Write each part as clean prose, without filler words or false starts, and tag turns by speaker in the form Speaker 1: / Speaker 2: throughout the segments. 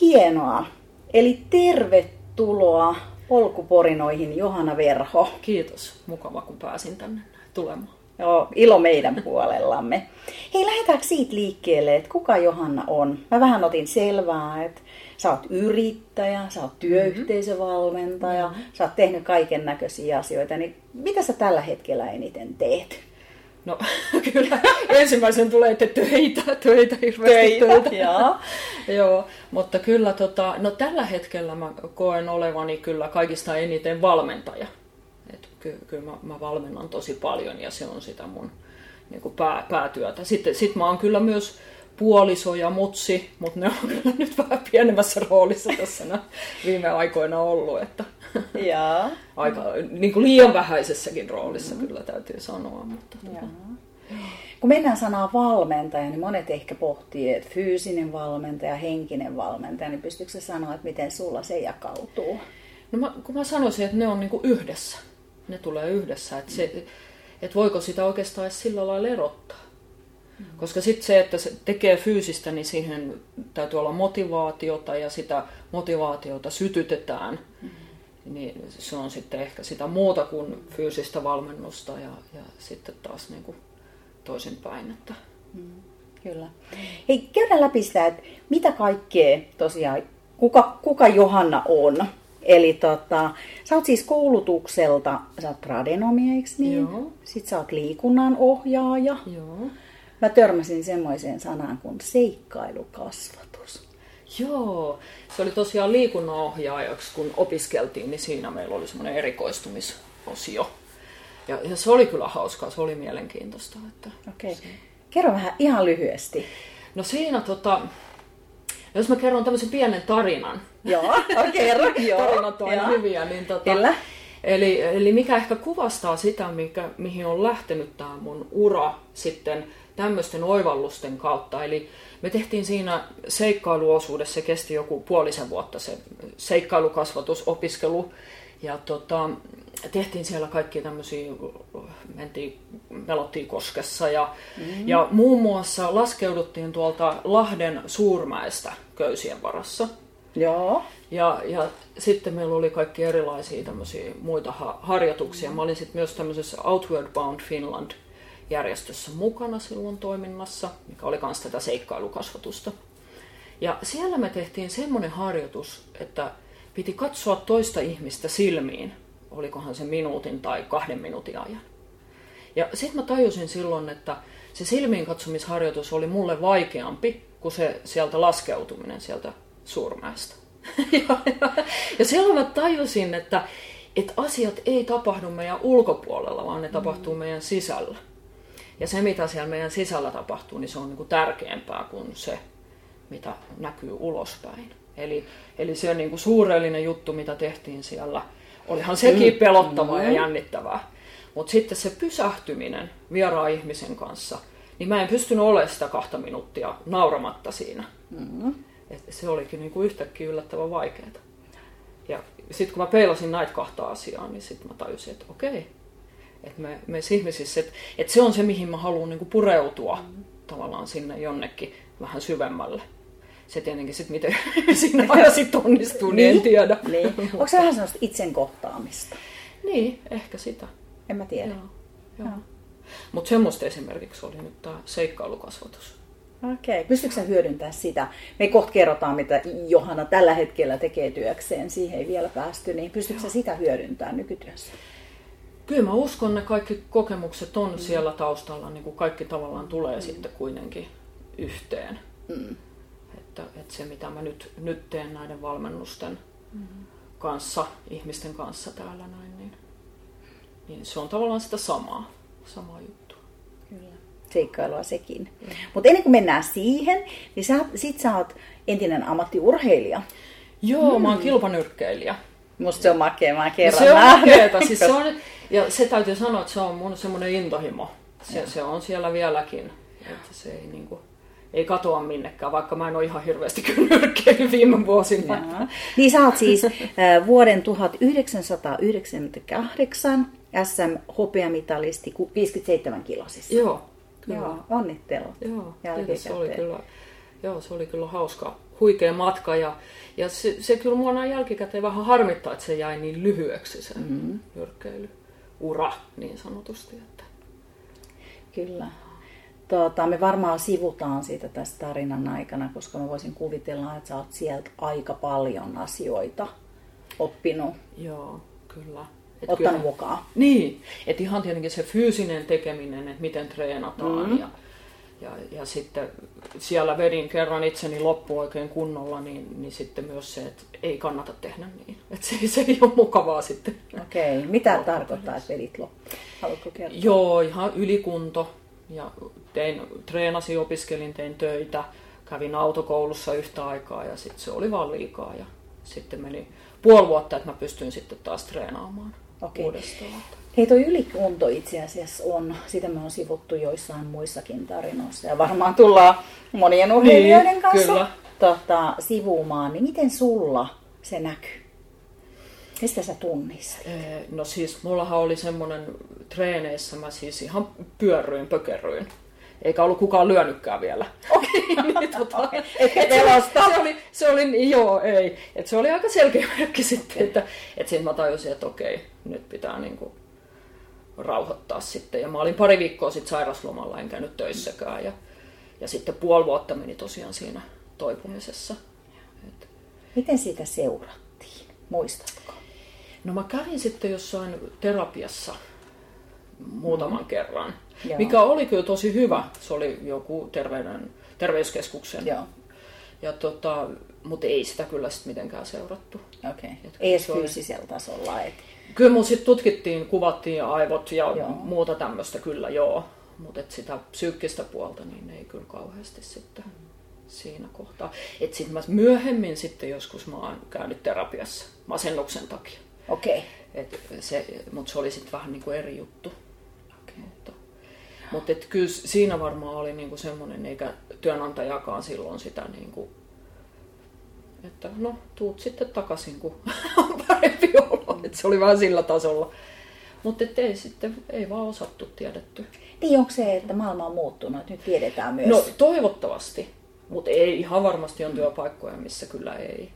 Speaker 1: Hienoa. Eli tervetuloa polkuporinoihin, Johanna Verho.
Speaker 2: Kiitos. Mukava, kun pääsin tänne tulemaan.
Speaker 1: Joo, ilo meidän puolellamme. Hei, lähdetäänkö siitä liikkeelle, että kuka Johanna on? Mä vähän otin selvää, että sä oot yrittäjä, sä oot työyhteisövalmentaja, sä oot tehnyt kaiken näköisiä asioita. Niin mitä sä tällä hetkellä eniten teet?
Speaker 2: No kyllä, ensimmäisen tulee, että töitä, hirveästi töitä. Joo, mutta kyllä no, tällä hetkellä mä koen olevani kyllä kaikista eniten valmentaja. Kyllä mä valmennan tosi paljon ja se on sitä mun niin kuin päätyötä. Sitten mä oon kyllä myös puoliso ja mutsi, mutta ne on kyllä nyt vähän pienemmässä roolissa tässä viime aikoina ollut. Että aika niin kuin liian vähäisessäkin roolissa kyllä täytyy sanoa. Mutta
Speaker 1: kun mennään sanaa valmentaja, niin monet ehkä pohtii, että fyysinen valmentaja, henkinen valmentaja, niin pystytkö sä sanoa, että miten sulla se jakautuu?
Speaker 2: No kun mä sanoisin, että ne on niin kuin yhdessä. Ne tulee yhdessä, että voiko sitä oikeastaan edes sillä lailla erottaa. Koska sitten se, että se tekee fyysistä, niin siihen täytyy olla motivaatiota ja sitä motivaatiota sytytetään. Niin se on sitten ehkä sitä muuta kuin fyysistä valmennusta ja sitten taas niin kuin toisinpäin. Että.
Speaker 1: Kyllä. Hei, käydään läpi sitä, että mitä kaikkea tosiaan, kuka Johanna on? Eli sä oot siis koulutukselta, sä oot tradenomia, eikö niin?
Speaker 2: Joo.
Speaker 1: Sitten sä oot liikunnan ohjaaja.
Speaker 2: Joo.
Speaker 1: Mä törmäsin semmoiseen sanaan kuin seikkailukasvatus.
Speaker 2: Joo, se oli tosiaan liikunnan ohjaajaksi, kun opiskeltiin, niin siinä meillä oli semmoinen erikoistumisosio. Ja se oli kyllä hauskaa, se oli mielenkiintoista.
Speaker 1: Okei. Kerro vähän ihan lyhyesti.
Speaker 2: No siinä jos mä kerron tämmöisen pienen tarinan.
Speaker 1: Joo, kerro.
Speaker 2: Tarinat on aina hyviä. Niin eli mikä ehkä kuvastaa sitä, mihin on lähtenyt tämä mun ura sitten tämmöisten oivallusten kautta. Eli me tehtiin siinä seikkailuosuudessa, se kesti joku puolisen vuotta se seikkailukasvatusopiskelu. Ja tehtiin siellä kaikki tämmöisiä, melottiin koskessa ja muun muassa laskeuduttiin tuolta Lahden Suurmäestä köysien varassa.
Speaker 1: Joo.
Speaker 2: Ja sitten meillä oli kaikki erilaisia tämmöisiä muita harjoituksia. Mä olin sitten myös tämmöisessä Outward Bound Finland-järjestössä mukana silloin toiminnassa, mikä oli myös tätä seikkailukasvatusta. Ja siellä me tehtiin semmoinen harjoitus, että piti katsoa toista ihmistä silmiin, olikohan se minuutin tai 2 minuutin ajan. Ja sitten mä tajusin silloin, että se silmiin katsomisharjoitus oli mulle vaikeampi kuin se sieltä laskeutuminen sieltä Suurmäestä. Ja silloin mä tajusin, että asiat ei tapahdu meidän ulkopuolella, vaan ne tapahtuu meidän sisällä. Ja se, mitä siellä meidän sisällä tapahtuu, niin se on niinku tärkeämpää kuin se, mitä näkyy ulospäin. Eli se niin kuin suurellinen juttu, mitä tehtiin siellä, olihan sekin pelottavaa ja jännittävää. Mutta sitten se pysähtyminen vieraan ihmisen kanssa, niin mä en pystynyt olemaan sitä 2 minuuttia nauramatta siinä. Et se olikin niin kuin yhtäkkiä yllättävän vaikeaa. Ja sitten kun mä peilasin näitä 2 asiaa, niin sitten mä tajusin, että okei. Että meissä ihmisissä, että se on se, mihin mä haluan niin kuin pureutua tavallaan sinne jonnekin vähän syvemmälle. Se tietenkin sitten, miten siinä aina sitten onnistuu, niin en tiedä.
Speaker 1: Niin. Onko se vähän sellaista itsen kohtaamista?
Speaker 2: Niin, ehkä sitä.
Speaker 1: En mä tiedä.
Speaker 2: Joo. Mutta semmoista esimerkiksi oli nyt tämä seikkailukasvatus.
Speaker 1: Okei. Pystytkö sä hyödyntämään sitä? Me kohta kerrotaan, mitä Johanna tällä hetkellä tekee työkseen. Siihen ei vielä päästy. Niin pystytkö sä sitä hyödyntämään nykytyössä?
Speaker 2: Kyllä mä uskon, että kaikki kokemukset on siellä taustalla. Niin kuin kaikki tavallaan tulee sitten kuitenkin yhteen. Että se, mitä mä nyt teen näiden valmennusten kanssa, ihmisten kanssa täällä näin, niin se on tavallaan sitä samaa juttua.
Speaker 1: Kyllä. Seikkailua sekin. Mutta ennen kuin mennään siihen, niin sä oot entinen ammattiurheilija.
Speaker 2: Joo, mä oon kilpanyrkkeilijä.
Speaker 1: Musta se on makea, mä kerran
Speaker 2: se on makeeta. Siis ja se täytyy sanoa, että se on mun semmoinen intohimo. Se on siellä vieläkin. Että se ei niinku ei katoa minnekään, vaikka mä en ole ihan hirveästi nyrkkeillyt viime vuosina.
Speaker 1: Niin sä oot siis vuoden 1998 SM-hopeamitalisti 57-kilosissa.
Speaker 2: Joo.
Speaker 1: Joo, onnittelut.
Speaker 2: Joo, se oli kyllä hauska huikea matka ja se kyllä mua näin jälkikäteen vähän harmittaa, että se jäi niin lyhyeksi se nyrkkeilyura niin sanotusti. Että.
Speaker 1: Kyllä. Me varmaan sivutaan siitä tässä tarinan aikana, koska mä voisin kuvitella, että sä oot sieltä aika paljon asioita oppinut.
Speaker 2: Joo, kyllä.
Speaker 1: Ottanut mukaan.
Speaker 2: Niin, että ihan tietenkin se fyysinen tekeminen, että miten treenataan ja sitten siellä vedin kerran itseni loppuun oikein kunnolla, niin sitten myös se, että ei kannata tehdä niin. Että se ei ole mukavaa sitten.
Speaker 1: Okei, mitä tarkoittaa, että vedit loppuun? Haluatko kertoa?
Speaker 2: Joo, ihan ylikunto. Ja treenasin, opiskelin, tein töitä, kävin autokoulussa yhtä aikaa ja sitten se oli vaan liikaa. Ja sitten meni puoli vuotta, että mä pystyin sitten taas treenaamaan uudestaan.
Speaker 1: Hei, toi ylikunto itse asiassa on, sitä me on sivuttu joissain muissakin tarinoissa ja varmaan tullaan monien urheilijoiden kanssa sivuumaan. Niin miten sulla se näkyy? Mistä sä tunnistat?
Speaker 2: No siis mullahan oli semmoinen treeneissä, mä siis ihan pökerryin. Eikä ollut kukaan lyönytkään vielä. Se oli aika selkeä merkki sitten, että sitten mä tajusin, että okei, nyt pitää niinku rauhoittaa sitten. Ja mä olin pari viikkoa sitten sairaslomalla, en käynyt töissäkään. Ja sitten puoli vuotta meni tosiaan siinä toipumisessa.
Speaker 1: Miten siitä seurattiin? Muistatko?
Speaker 2: No mä kävin sitten jossain terapiassa muutaman kerran, mikä oli kyllä tosi hyvä. Se oli joku terveyskeskuksen.
Speaker 1: Joo.
Speaker 2: Mutta ei sitä kyllä sitten mitenkään seurattu.
Speaker 1: Okei. Ei edes fyysisellä tasolla.
Speaker 2: Kyllä mun sitten tutkittiin, kuvattiin aivot ja muuta tämmöistä kyllä joo. Mutta sitä psyykkistä puolta niin ei kyllä kauheasti sitten siinä kohtaa. Että sitten myöhemmin sitten joskus mä oon käynyt terapiassa masennuksen takia.
Speaker 1: Okei.
Speaker 2: Mutta se oli sitten vähän niin kuin eri juttu. Mutta kyllä siinä varmaan oli niinku semmoinen, eikä työnantajakaan silloin sitä, niinku, että no tuut sitten takaisin, kun on parempi olo. Et se oli vähän sillä tasolla. Mutta ei vaan osattu, tiedetty.
Speaker 1: Niin onko se, että maailma on muuttunut, että nyt tiedetään myös?
Speaker 2: No toivottavasti, mutta ei ihan varmasti on työpaikkoja, missä kyllä ei.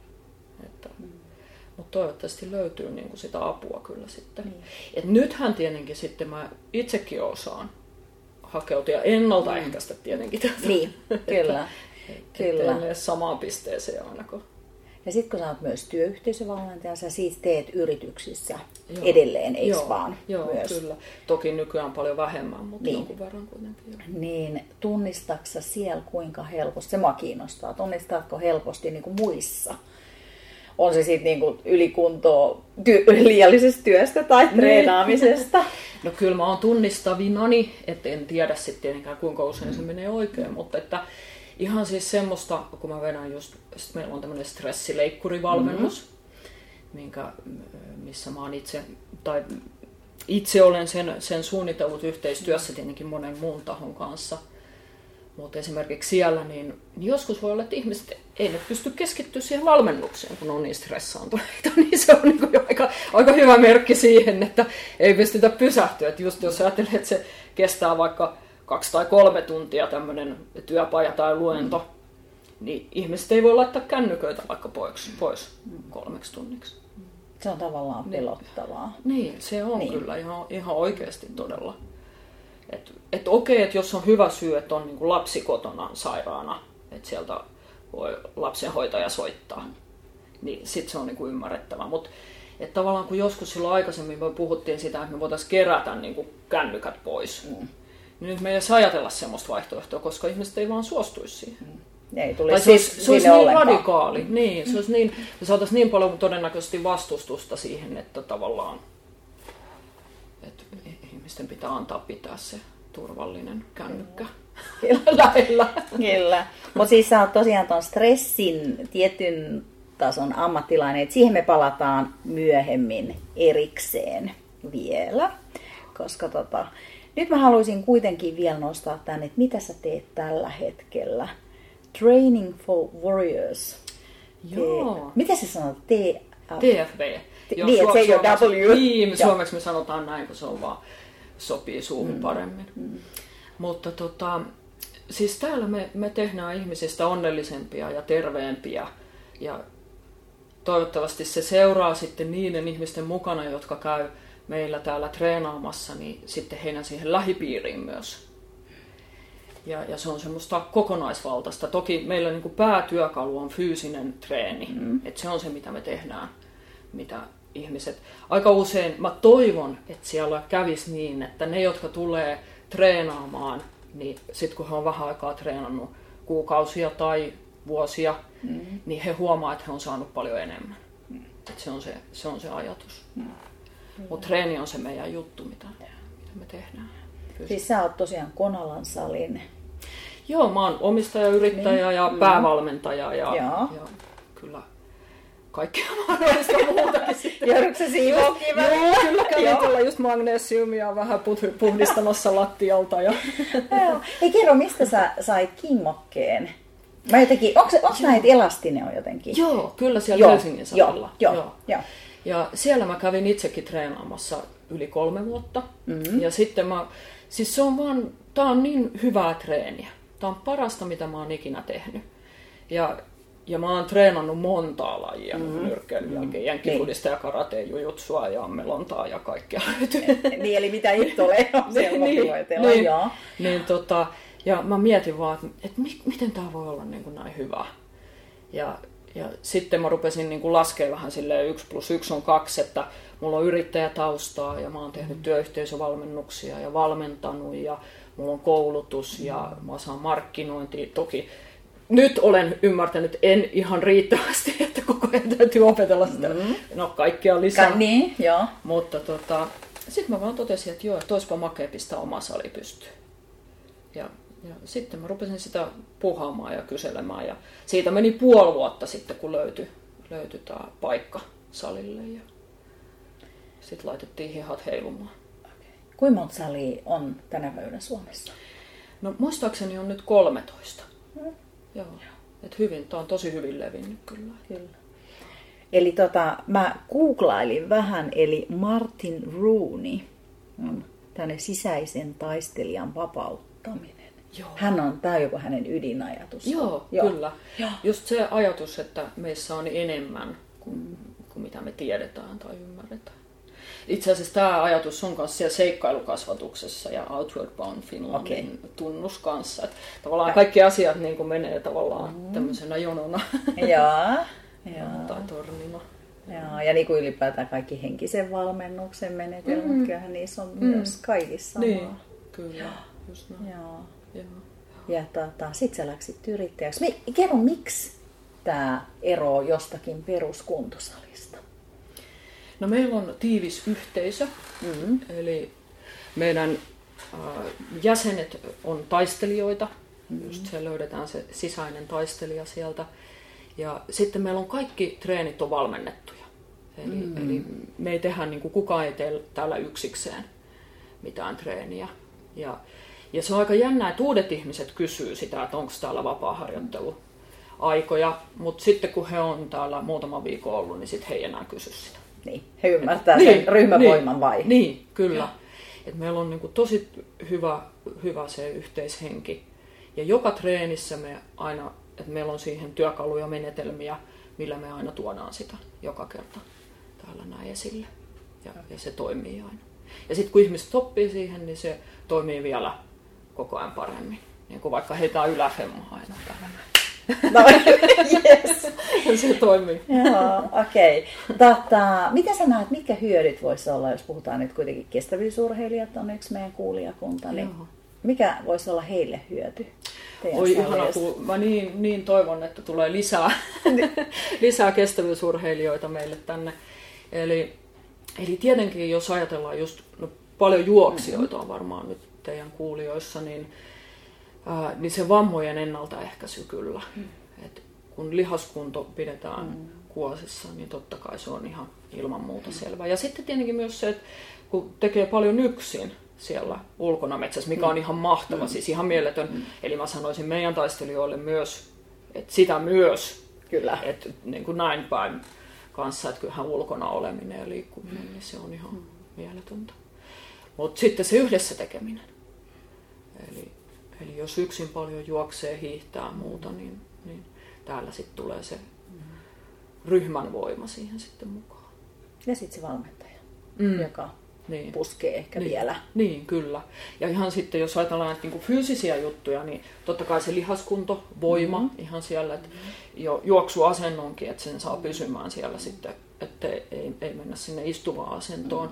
Speaker 2: Mutta toivottavasti löytyy niinku sitä apua kyllä sitten. Et nythän tietenkin sitten mä itsekin osaan hakeutua ja ennaltaehkäistä tietenkin tätä.
Speaker 1: Niin, kyllä.
Speaker 2: Kyllä. En edes samaan pisteeseen ainakaan.
Speaker 1: Ja sitten kun sä oot myös työyhteisövalmentaja, sä siis teet yrityksissä edelleen, eikö vaan?
Speaker 2: Joo,
Speaker 1: myös?
Speaker 2: Kyllä. Toki nykyään paljon vähemmän, mutta jonkun verran kuitenkin.
Speaker 1: Niin, tunnistatko sä siellä kuinka helposti, se mua kiinnostaa, tunnistatko helposti niin kuin muissa? On se sitten niinku ylikuntoa liiallisesta työstä tai treenaamisesta?
Speaker 2: No kyllä mä oon tunnistavinani, että en tiedä sitten tietenkään kuinka usein se menee oikein, mutta että ihan siis semmoista, kun mä vedän just, meillä on tämmöinen stressileikkurivalmennus, missä mä oon itse olen sen suunnitellut yhteistyössä tietenkin monen muun tahon kanssa. Mutta esimerkiksi siellä, niin joskus voi olla, että ihmiset ei ne pysty keskittyä siihen valmennukseen, kun on niin stressaantuneita. Niin se on niin jo aika hyvä merkki siihen, että ei pystytä pysähtyä. Että just jos ajattelee, että se kestää vaikka 2 tai 3 tuntia tämmöinen työpaja tai luento, niin ihmiset ei voi laittaa kännyköitä vaikka pois 3 tunniksi.
Speaker 1: Se on tavallaan pelottavaa.
Speaker 2: Niin, se on kyllä ihan oikeasti todella. Että okei, että jos on hyvä syy, että on niin kuin lapsi kotona sairaana, että sieltä voi lapsenhoitaja soittaa, niin sitten se on niin kuin ymmärrettävä. Mutta tavallaan kun joskus silloin aikaisemmin me puhuttiin sitä, että me voitaisiin kerätä niin kuin kännykät pois, niin nyt me ei edes ajatella semmoista vaihtoehtoa, koska ihmiset ei vaan suostuisi siihen.
Speaker 1: Ei
Speaker 2: tai se olisi niin radikaali, niin, se olisi niin, me saataisiin niin paljon todennäköisesti vastustusta siihen, että tavallaan että ihmisten pitää antaa pitää se turvallinen kännykkä lähellä.
Speaker 1: Kyllä. Mutta siis sä oot tosiaan tuon stressin tietyn tason ammattilainen, että siihen me palataan myöhemmin erikseen vielä. Koska nyt mä haluaisin kuitenkin vielä nostaa tänne, että mitä sä teet tällä hetkellä. Training for Warriors.
Speaker 2: Joo.
Speaker 1: Mitä se sanoo?
Speaker 2: TFV.
Speaker 1: Niin, että se ei ole W.
Speaker 2: Niin, suomeksi me sanotaan näin, kun se on vaan sopii suuhun paremmin. Mutta siis täällä me tehdään ihmisistä onnellisempia ja terveempiä. Ja toivottavasti se seuraa sitten niiden ihmisten mukana, jotka käy meillä täällä treenaamassa, niin sitten heidän siihen lähipiiriin myös. Ja se on semmoista kokonaisvaltaista. Toki meillä niin kuin päätyökalu on fyysinen treeni. Että se on se, mitä me tehdään. Mitä ihmiset. Aika usein mä toivon, että siellä kävisi niin, että ne, jotka tulee treenaamaan, niin sitten kun he on vähän aikaa treenannut kuukausia tai vuosia, niin he huomaa, että he on saanut paljon enemmän. Että se on se ajatus. Mutta treeni on se meidän juttu, mitä me tehdään.
Speaker 1: Siis sä oot tosiaan Konalan salin.
Speaker 2: Joo, mä oon omistaja, yrittäjä ja päävalmentaja ja kyllä kaikkea mahdollista muutakin sitten.
Speaker 1: Joudutko sä siivoa kivellä?
Speaker 2: Joo, kyllä kävin tuolla just magnesiumia vähän puhdistamassa lattialta.
Speaker 1: Ei kerro, mistä sä sait kimmokkeen? Mä jotenkin, onks näitä elastinen jotenkin?
Speaker 2: Joo, kyllä siellä Helsingin salilla.
Speaker 1: Joo.
Speaker 2: Ja siellä mä kävin itsekin treenaamassa yli 3 vuotta. Ja sitten siis tää on niin hyvää treeniä. Tää on parasta, mitä mä oon ikinä tehnyt. Ja mä oon treenannut montaa lajia, nyrkkeilyn jälkeen, jenkkifudista ja karate, jujutsua ja melontaa ja kaikkea löytyy.
Speaker 1: Niin, eli mitä itse ole on siellä luetella, joo.
Speaker 2: Ja mä mietin vaan, että miten tää voi olla niin kuin näin hyvä. Ja sitten mä rupesin niin kuin laskemaan vähän silleen 1+1 on 2, että mulla on yrittäjätaustaa ja mä oon tehnyt työyhteisövalmennuksia ja valmentanut ja mulla on koulutus ja mä osaan markkinointia. Toki nyt olen ymmärtänyt, en ihan riittävästi, että koko ajan täytyy opetella sitä. No kaikkea lisää.
Speaker 1: Niin, joo.
Speaker 2: Mutta sitten mä vaan totesin, että joo, että olisipa makea pistää oma sali pystyyn. Ja sitten mä rupesin sitä puhaamaan ja kyselemään. Ja siitä meni 5,5 vuotta sitten, kun löytyi tämä paikka salille. Ja sitten laitettiin hihat heilumaan.
Speaker 1: Kuinka monta salia on tänä päivänä Suomessa?
Speaker 2: No muistaakseni on nyt 13. Joo. Et tää on tosi hyvin levinnyt kyllä.
Speaker 1: Eli mä googlailin vähän, eli Martin Rooney on tänne sisäisen taistelijan vapauttaminen.
Speaker 2: Joo.
Speaker 1: Tää on joku hänen ydinajatus.
Speaker 2: Joo, kyllä. Joo. Just se ajatus, että meissä on enemmän kuin mitä me tiedetään tai ymmärretään. Itse asiassa tämä ajatus on myös siellä seikkailukasvatuksessa ja Outward Bound Finlandin tunnus kanssa. Että tavallaan kaikki asiat niin kuin menee tavallaan tämmöisenä jonona tai tornina.
Speaker 1: Joo, ja niin kuin ylipäätään kaikki henkisen valmennuksen menetelmät, kyllähän niissä on myös kaikissa samaa.
Speaker 2: Niin, kyllä, just näin.
Speaker 1: Joo. Ja sit sä läksit yrittäjäksi. Kerro, miksi tämä eroaa jostakin peruskuntosalista?
Speaker 2: No meillä on tiivis yhteisö, eli meidän jäsenet on taistelijoita, just se löydetään se sisäinen taistelija sieltä. Ja sitten meillä on kaikki treenit on valmennettuja. Eli me ei tehdä, niin kuin kukaan ei tee täällä yksikseen mitään treeniä. Ja se on aika jännää, että uudet ihmiset kysyy sitä, että onko täällä vapaa-harjoitteluaikoja, mutta sitten kun he on täällä muutaman viikon ollut, niin sitten he ei enää kysy sitä.
Speaker 1: Niin, he ymmärtää sen ryhmävoiman vai?
Speaker 2: Niin, kyllä. Et meillä on niinku tosi hyvä se yhteishenki. Ja joka treenissä me aina, että meillä on siihen työkaluja, menetelmiä, millä me aina tuodaan sitä joka kerta täällä näin esille. Ja se toimii aina. Ja sitten kun ihmiset oppii siihen, niin se toimii vielä koko ajan paremmin. Niin kuin vaikka heitään yläfemmaa aina täällä näin.
Speaker 1: No, yes.
Speaker 2: Se toimii.
Speaker 1: Joo, okei. Mitä sä näet, mitkä hyödyt voisi olla, jos puhutaan nyt kuitenkin kestävyysurheilijat on yksi meidän kuulijakunta, niin mikä voisi olla heille hyöty?
Speaker 2: Oi ihana, kun mä niin toivon, että tulee lisää kestävyysurheilijoita meille tänne. Eli tietenkin, jos ajatellaan just paljon juoksijoita on varmaan nyt teidän kuulijoissa, niin se vammojen ennaltaehkäisy kyllä. Et kun lihaskunto pidetään kuosissa, niin totta kai se on ihan ilman muuta selvä. Ja sitten tietenkin myös se, että kun tekee paljon yksin siellä ulkona metsässä, mikä on ihan mahtava, siis ihan mieletön. Eli mä sanoisin meidän taistelijoille myös, että sitä myös,
Speaker 1: kyllä.
Speaker 2: Että niin kuin näin päin kanssa, että kyllähän ulkona oleminen ja liikkuminen, niin se on ihan mieletöntä. Mutta sitten se yhdessä tekeminen. Eli jos yksin paljon juoksee, hiihtää muuta, niin täällä sitten tulee se ryhmän voima siihen sitten mukaan.
Speaker 1: Ja sitten se valmentaja, joka puskee ehkä vielä.
Speaker 2: Niin, kyllä. Ja ihan sitten, jos ajatellaan näitä niin fyysisiä juttuja, niin totta kai se lihaskunto, voima ihan siellä, että jo juoksuasennonkin, että sen saa pysymään siellä sitten, että ei mennä sinne istuvaan asentoon.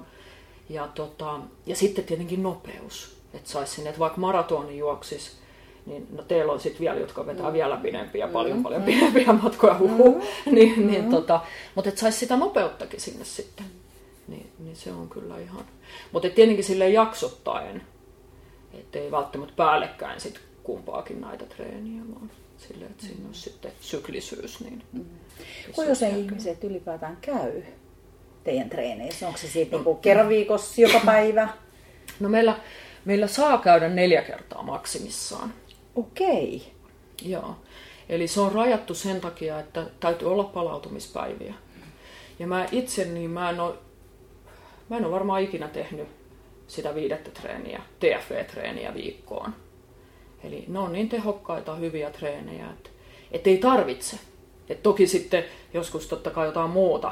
Speaker 2: Ja sitten tietenkin nopeus, että saisi sinne, että vaikka maratoni juoksisi, niin no teillä on sitten vielä, jotka vetää vielä pidempiä, paljon pidempiä matkoja, mutta että saisi sitä nopeuttakin sinne sitten. Niin se on kyllä ihan. Mutta tietenkin silleen jaksottaen, ettei välttämättä päällekkäin sit kumpaakin näitä treeniä, vaan silleen, että siinä olisi sitten syklisyys. Niin
Speaker 1: Kuinka usein ihmiset ylipäätään käy teidän treeneissä? Onko se siitä niinku kerran viikossa, joka päivä?
Speaker 2: No meillä saa käydä 4 kertaa maksimissaan.
Speaker 1: Okei.
Speaker 2: Joo. Eli se on rajattu sen takia, että täytyy olla palautumispäiviä. Ja mä itse, niin mä en ole varmaan ikinä tehnyt sitä 5. treeniä, TFV-treeniä viikkoon. Eli ne on niin tehokkaita, hyviä treenejä, että ei tarvitse. Et toki sitten joskus totta kai jotain muuta.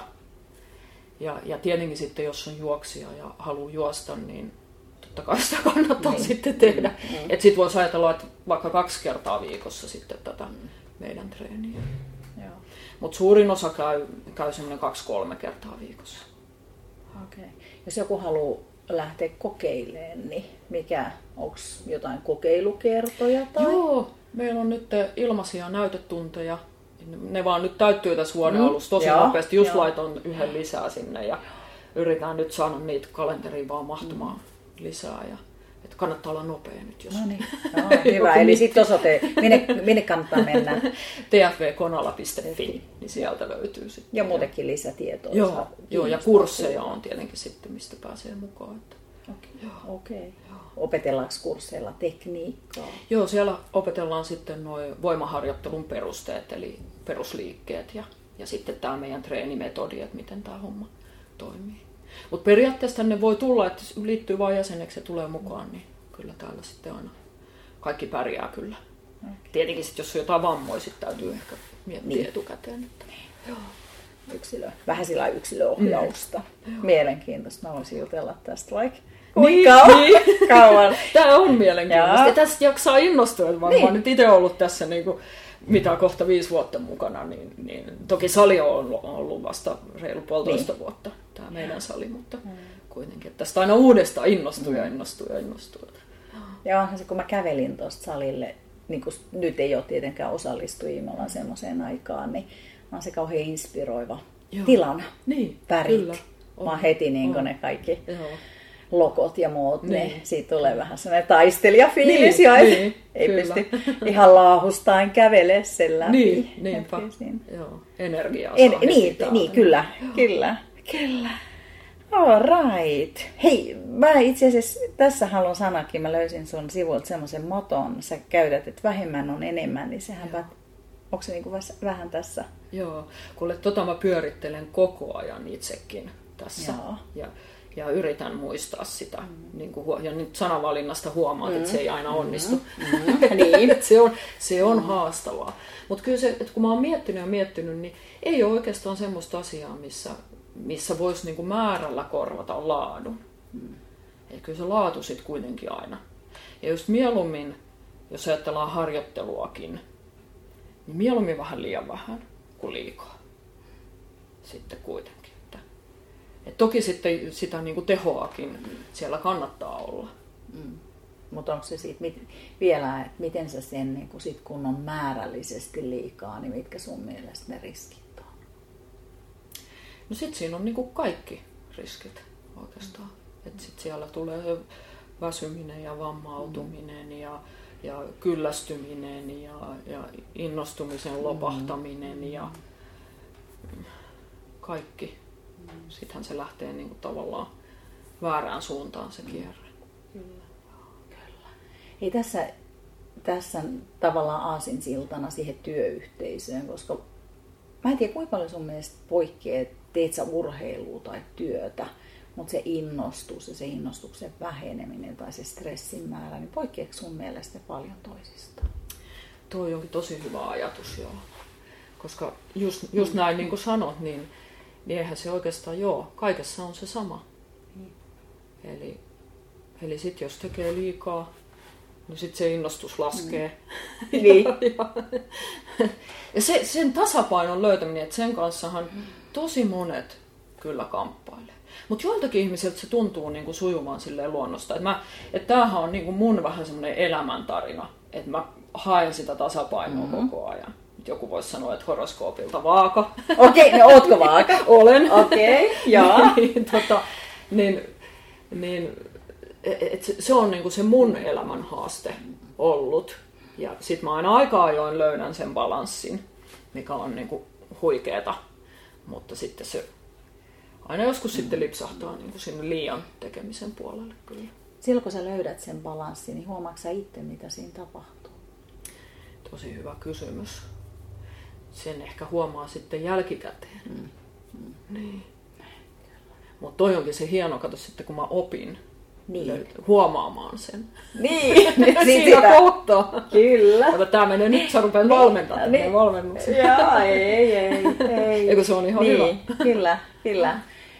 Speaker 2: Ja tietenkin sitten, jos on juoksija ja haluaa juosta, niin totta kai sitä kannattaa sitten tehdä. Että sitten voisi ajatella, että vaikka 2 kertaa viikossa sitten tätä meidän treeniä. Mutta suurin osa käy semmoinen 2-3 kertaa viikossa.
Speaker 1: Okei. Jos joku haluaa lähteä kokeilemaan, niin onko jotain kokeilukertoja? Tai?
Speaker 2: Joo, meillä on nyt ilmaisia näytetunteja. Ne vaan nyt täyttyy tässä vuoden alussa tosi nopeasti. Just laitan 1 lisää sinne ja yritän nyt saada niitä kalenteriin vaan mahtumaan lisää. Että kannattaa olla nopea nyt. Jos...
Speaker 1: No niin, hyvä. Eli sitten osoite, minne kannattaa mennä?
Speaker 2: tfvkonala.fi, niin sieltä löytyy sitten.
Speaker 1: Ja muutenkin lisätietoa.
Speaker 2: Joo, ja kursseja on tietenkin sitten, mistä pääsee mukaan.
Speaker 1: Okei. Opetellaanko kursseilla tekniikkaa?
Speaker 2: Joo, siellä opetellaan sitten nuo voimaharjoittelun perusteet, eli perusliikkeet ja sitten tämä meidän treenimetodi, että miten tämä homma toimii. Mutta periaatteessa tänne voi tulla, että liittyy vain jäseneksi ja tulee mukaan, niin kyllä täällä sitten aina kaikki pärjää kyllä. Okay. Tietenkin sitten, jos on jotain vammoja, sitten täytyy ehkä miettiä etukäteen. Että... Joo.
Speaker 1: Vähän sillä yksilöohjausta. Mielenkiintoista. Mä voisin jutella tästä vaikka. Kauan.
Speaker 2: Tämä on mielenkiintoista. Ja tästä jaksaa innostua. Mä oon nyt itse ollut tässä mitä kohta 5 vuotta mukana, niin toki sali on ollut vasta reilu 1,5 vuotta, tämä meidän sali, mutta kuitenkin, että tästä aina uudestaan innostuu.
Speaker 1: Ja onhan se, kun mä kävelin tuosta salille, niin kun nyt ei ole tietenkään osallistujia, me ollaan semmoiseen aikaan, niin on se kauhean inspiroiva tilana, värit. Kyllä. Mä oon heti ne kaikki lokot ja muut, niin siitä tulee vähän sellainen taistelijafiilis, ei pysty ihan laahustain kävelemään sen läpi.
Speaker 2: Niinpä. Joo, energiaa saa
Speaker 1: niin, kyllä. All right. Hei, mä itse asiassa tässä haluan sanoakin, mä löysin sun sivuilta semmoisen moton, sä käytät, että vähemmän on enemmän, niin sehän onko se niinku vähän tässä?
Speaker 2: Joo, kuule mä pyörittelen koko ajan itsekin tässä. Ja yritän muistaa sitä. Ja nyt sanavalinnasta huomaat, että se ei aina onnistu. Niin. se on haastavaa. Mutta kyllä se, että kun mä oon miettinyt, niin ei ole oikeastaan semmoista asiaa, missä voisi niinku määrällä korvata laadun. Et kyllä se laatu sitten kuitenkin aina. Ja just mieluummin, jos ajatellaan harjoitteluakin, niin mieluummin vähän liian vähän kuin liikaa. Sitten kuitenkin. Et toki sitten sitä niinku tehoakin siellä kannattaa olla.
Speaker 1: Mutta onko se siitä vielä, että miten sä sen, niin sit kun on määrällisesti liikaa, niin mitkä sun mielestä ne riskit on?
Speaker 2: No sit siinä on niinku kaikki riskit oikeastaan. Et sit siellä tulee väsyminen ja vammautuminen ja kyllästyminen ja innostumisen lopahtaminen ja kaikki. Sittenhän se lähtee niinku tavallaan väärään suuntaan se kierre.
Speaker 1: Kyllä. Ei tässä tavallaan aasinsiltana siihen työyhteisöön, koska mä en tiedä kuinka paljon sun mielestä poikkeaa, teet sä urheilua tai työtä, Mutta se innostus ja se innostuksen väheneminen tai se stressin määrä, niin poikkeako sun mielestä paljon toisistaan?
Speaker 2: Tuo onkin tosi hyvä ajatus, joo. Koska just näin niin kuin sanot, niin eihän se oikeastaan joo. Kaikessa on se sama. Eli sitten jos tekee liikaa, niin sitten se innostus laskee.
Speaker 1: Niin.
Speaker 2: Ja sen tasapainon löytäminen, että sen kanssahan tosi monet kyllä kamppailee. Mutta joiltakin ihmisiltä se tuntuu niinku sujumaan silleen luonnosta. Että tämähän on niinku mun vähän semmoinen elämäntarina, että mä haen sitä tasapainoa koko ajan. Joku voisi sanoa, että horoskoopilta vaaka.
Speaker 1: Okei, no ootko vaaka?
Speaker 2: Olen.
Speaker 1: Okei, joo.
Speaker 2: Se on niinku se mun elämän haaste ollut. Ja sit mä aina aika ajoin löydän sen balanssin, mikä on niinku huikeeta. Mutta sitten se aina joskus sitten lipsahtaa niinku sinne liian tekemisen puolelle kyllä.
Speaker 1: Silloin kun sä löydät sen balanssin, niin huomaatko sä itse, mitä siinä tapahtuu?
Speaker 2: Tosi hyvä kysymys. Sen ehkä huomaa sitten jälkikäteen. Niin. Mutta toi onkin se hieno, kato sitten kun mä opin huomaamaan sen.
Speaker 1: Niin,
Speaker 2: siinä kohtaa.
Speaker 1: Kyllä.
Speaker 2: Tää menee nyt, sä rupeat valmentamaan tämän valmennuksen.
Speaker 1: Joo, ei.
Speaker 2: Eikö se on ihan hyvä?
Speaker 1: Kyllä.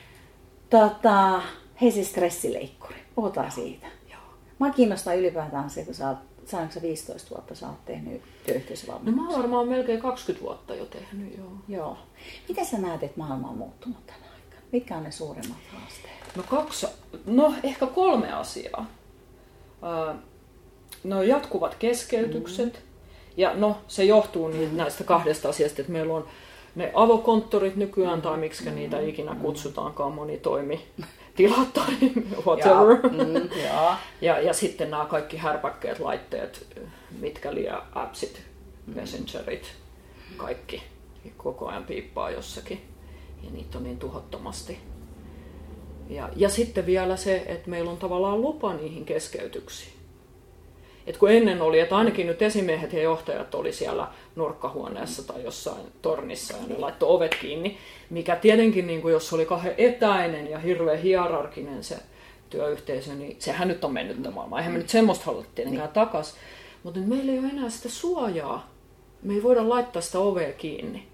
Speaker 1: Hei se stressileikkuri, puhutaan siitä.
Speaker 2: Joo.
Speaker 1: Mä kiinnostaa ylipäätään se, kun saanko sä 15 vuotta sä oot tehnyt työyhteisövalmennuksen?
Speaker 2: No mä oon varmaan melkein 20 vuotta jo tehnyt,
Speaker 1: joo. Miten sä näet, että maailma on muuttunut tänä aikana? Mitkä on ne suurimmat haasteet?
Speaker 2: Ehkä 3 asiaa. No jatkuvat keskeytykset. Ja se johtuu näistä 2 asiasta, että meillä on ne avokonttorit nykyään, tai miksi niitä ikinä kutsutaankaan, monitoimitilat tai whatever. Ja sitten nämä kaikki härpäkkeet, laitteet, mitkä liian appsit, messengerit, kaikki koko ajan piippaa jossakin. Ja niitä on niin tuhottomasti. Ja sitten vielä se, että meillä on tavallaan lupa niihin keskeytyksiin. Et kun ennen oli, että ainakin nyt esimiehet ja johtajat oli siellä nurkkahuoneessa tai jossain tornissa ja ne laittoi ovet kiinni, mikä tietenkin, niin kuin jos oli kauhean etäinen ja hirveän hierarkinen se työyhteisö, niin sehän nyt on mennyt maailmaan. Eihän me nyt semmoista halua tietenkään takaisin. Mutta meillä ei ole enää sitä suojaa. Me ei voida laittaa sitä ovea kiinni.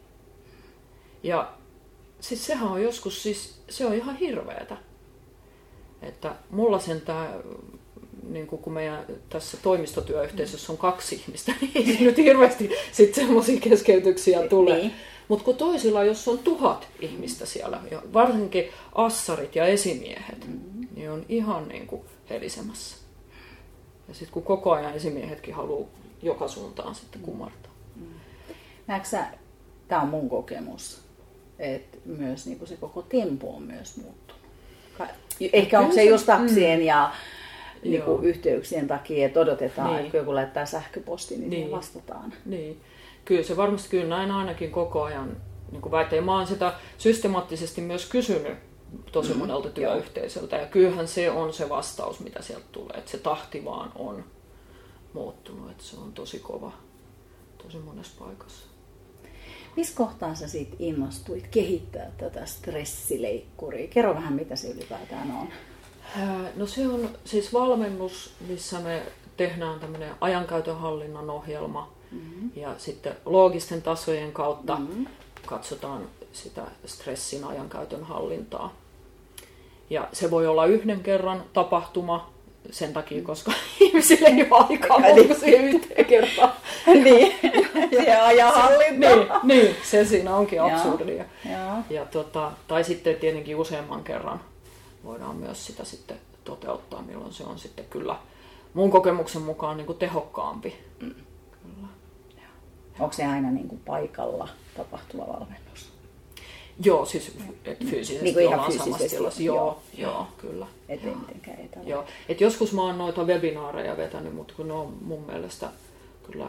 Speaker 2: Ja siis sehän on joskus, se on ihan hirveetä. Että mulla sentään, niin kun meidän tässä toimistotyöyhteisössä on 2 ihmistä, niin ei nyt hirveästi sitten semmoisia keskeytyksiä tule. Niin. Mutta kun toisilla, jos on 1000 ihmistä siellä, ja varsinkin assarit ja esimiehet, niin on ihan niin kuin helisemässä. Ja sitten kun koko ajan esimiehetkin haluaa joka suuntaan sitten kumartaa.
Speaker 1: Näetkö sä, tämä on mun kokemus, että myös niin se koko tempo on myös muuttunut. Ehkä onko se just taksien ja yhteyksien takia, että odotetaan, että joku laittaa sähköpostin, niin vastataan.
Speaker 2: Niin. Kyllä se varmasti näin ainakin koko ajan niin väittää. Mä oon sitä systemaattisesti myös kysynyt tosi monelta työyhteisöltä. Ja kyllähän se on se vastaus, mitä sieltä tulee. Että se tahti vaan on muuttunut. Että se on tosi kova tosi monessa paikassa.
Speaker 1: Missä kohtaan sä siitä innostuit kehittää tätä stressileikkuria? Kerro vähän, mitä se ylipäätään on.
Speaker 2: No se on siis valmennus, missä me tehdään tämmöinen ajankäytön hallinnan ohjelma. Ja sitten loogisten tasojen kautta katsotaan sitä stressin ajankäytön hallintaa. Ja se voi olla 1 kerran tapahtuma sen takia, koska ihmisille ei ole aikaa muuta siihen 1 kertaan.
Speaker 1: Niin, se ajanhallinta.
Speaker 2: Niin, se siinä onkin absurdia. Tai sitten tietenkin useamman kerran voidaan myös sitä sitten toteuttaa, milloin se on sitten kyllä mun kokemuksen mukaan niin kuin tehokkaampi. Kyllä.
Speaker 1: Onko se aina niin kuin paikalla tapahtuva valmennus?
Speaker 2: Joo, siis fyysisesti
Speaker 1: niin
Speaker 2: ollaan samassa tilassa. Joo, kyllä.
Speaker 1: Et ei mitenkään etällä.
Speaker 2: Joo. Et joskus mä oon noita webinaareja vetänyt, mutta kun ne on mun mielestä kyllä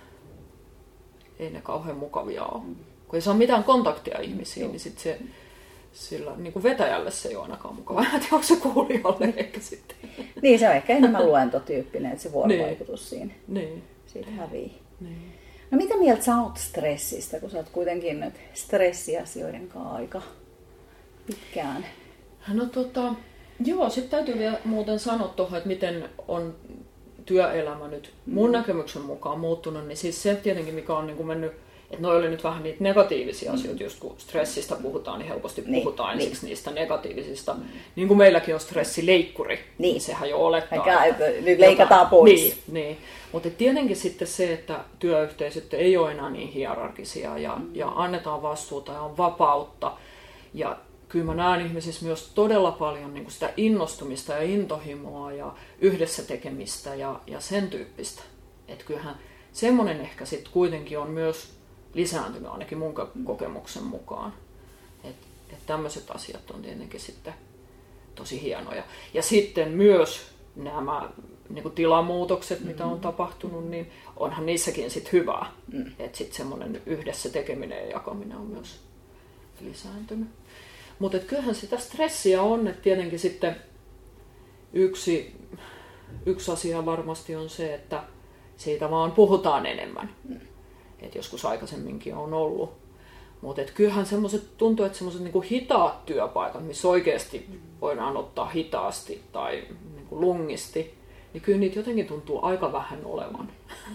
Speaker 2: ei ne kauhean mukavia ole. Kun ei saa mitään kontaktia ihmisiin, niin sit se sillä niin kuin vetäjälle se ei ole ainakaan mukava. Onko se kuulijalle ehkä sitten?
Speaker 1: Niin, se on ehkä enemmän luentotyyppinen, että se vuorovaikutus siinä siitä hävii.
Speaker 2: Niin.
Speaker 1: No mitä mieltä sä oot stressistä, kun sä oot kuitenkin nyt stressiasioiden kanssa aika pitkään
Speaker 2: No joo, sitten täytyy vielä muuten sanoa tuohon, että miten on työelämä nyt mun näkemyksen mukaan muuttunut, niin siis se tietenkin, mikä on niin kuin mennyt, että noi oli nyt vähän niitä negatiivisia asioita, just kun stressistä puhutaan, niin helposti puhutaan ensiksi niistä negatiivisista. Niin kuin meilläkin on stressileikkuri, niin sehän jo olettaa.
Speaker 1: Nyt leikataan pois.
Speaker 2: Niin. Mutta tietenkin sitten se, että työyhteisöt ei ole enää niin hierarkisia ja annetaan vastuuta ja on vapautta. Ja kyllä mä näen ihmisissä myös todella paljon niin kuin sitä innostumista ja intohimoa ja yhdessä tekemistä ja sen tyyppistä. Että kyllähän semmoinen ehkä sitten kuitenkin on myös lisääntynyt ainakin mun kokemuksen mukaan. Että tämmöiset asiat on tietenkin sitten tosi hienoja. Ja sitten myös nämä niin kuin tilamuutokset, mitä on tapahtunut, niin onhan niissäkin sitten hyvää. Että sitten semmoinen yhdessä tekeminen ja jakaminen on myös lisääntynyt. Mutta kyllähän sitä stressiä on, että tietenkin sitten yksi asia varmasti on se, että siitä vaan puhutaan enemmän. Et joskus aikaisemminkin on ollut. Mutta kyllähän tuntuu, että semmoiset niinku hitaat työpaikat, missä oikeasti voidaan ottaa hitaasti tai niinku lungisti, niin kyllä niitä jotenkin tuntuu aika vähän olevan.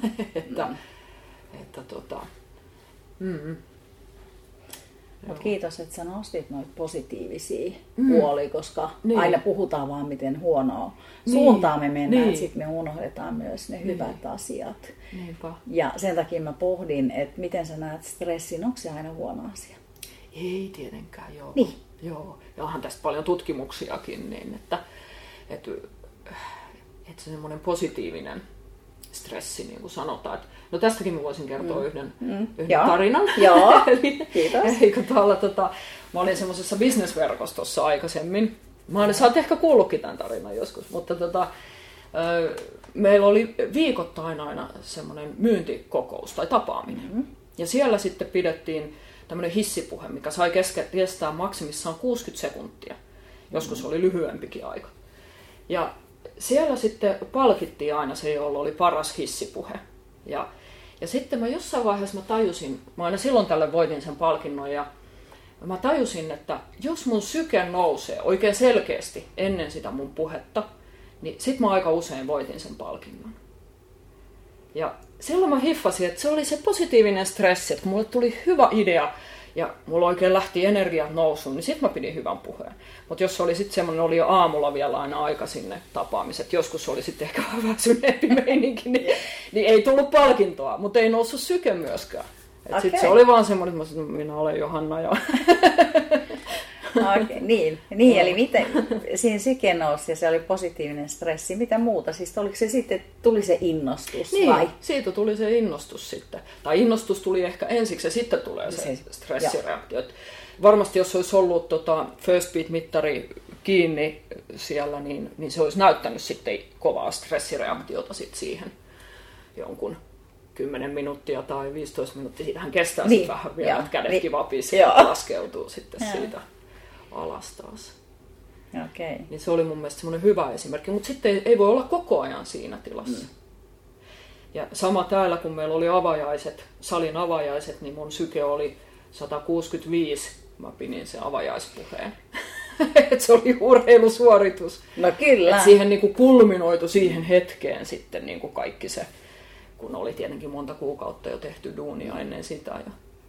Speaker 1: Mutta kiitos, että sä nostit noita positiivisia puolia, koska aina puhutaan vaan, miten huonoa suuntaan me mennään, että sitten me unohdetaan myös ne hyvät asiat.
Speaker 2: Niinpä.
Speaker 1: Ja sen takia mä pohdin, että miten sä näet stressin, onko se aina huono asia?
Speaker 2: Ei tietenkään, joo.
Speaker 1: Niin.
Speaker 2: Joo. Ja onhan tästä paljon tutkimuksiakin, niin että se semmoinen positiivinen stressi, niin kuin sanotaan. No tästäkin mä voisin kertoa yhden tarinan.
Speaker 1: Joo, kiitos.
Speaker 2: Mä olin semmoisessa business-verkostossa aikaisemmin. Sä oot ehkä kuullutkin tämän tarinan joskus, mutta meillä oli viikoittain aina semmoinen myyntikokous tai tapaaminen. Ja siellä sitten pidettiin tämmöinen hissipuhe, mikä sai kestää maksimissaan 60 sekuntia. Joskus oli lyhyempikin aika. Ja siellä sitten palkittiin aina se, jolla oli paras hissipuhe. Ja sitten mä jossain vaiheessa tajusin, mä aina silloin tälle voitin sen palkinnon, ja mä tajusin, että jos mun syke nousee oikein selkeästi ennen sitä mun puhetta, niin sit mä aika usein voitin sen palkinnon. Ja silloin mä hiffasin, että se oli se positiivinen stressi, että kun mulle tuli hyvä idea, ja mulla oikein lähti energiat nousuun, niin sit mä pidin hyvän puheen. Mutta jos oli sitten semmoinen, oli jo aamulla vielä aina aika sinne tapaamiset, joskus oli sitten ehkä vähän väsyneempi meininki, niin ei tullut palkintoa, mutta ei noussut syke myöskään. Okay. Sitten se oli vaan semmoinen, että minä olen Johanna. Ja
Speaker 1: Okay, niin, eli miten siinä syke nousi ja se oli positiivinen stressi, mitä muuta? Siis oliko se sitten, tuli se innostus
Speaker 2: niin,
Speaker 1: vai?
Speaker 2: Siitä tuli se innostus sitten. Tai innostus tuli ehkä ensiksi ja sitten tulee se stressireaktio. Varmasti jos olisi ollut First Beat-mittari kiinni siellä, niin se olisi näyttänyt sitten kovaa stressireaktiota sitten siihen jonkun 10 minuuttia tai 15 minuuttia. Siitähän kestää sitten vähän vielä, että kädetkin vapisi ja laskeutuu sitten siitä alas taas.
Speaker 1: Okay.
Speaker 2: Niin se oli mun mielestä semmoinen hyvä esimerkki, mutta sitten ei voi olla koko ajan siinä tilassa. Ja sama täällä, kun meillä oli salin avajaiset, niin mun syke oli 165, mä pidin sen avajaispuheen. Se oli urheilusuoritus.
Speaker 1: No kyllä.
Speaker 2: Et siihen niinku kulminoitu siihen hetkeen sitten niinku kaikki se, kun oli tietenkin monta kuukautta jo tehty duunia ennen sitä.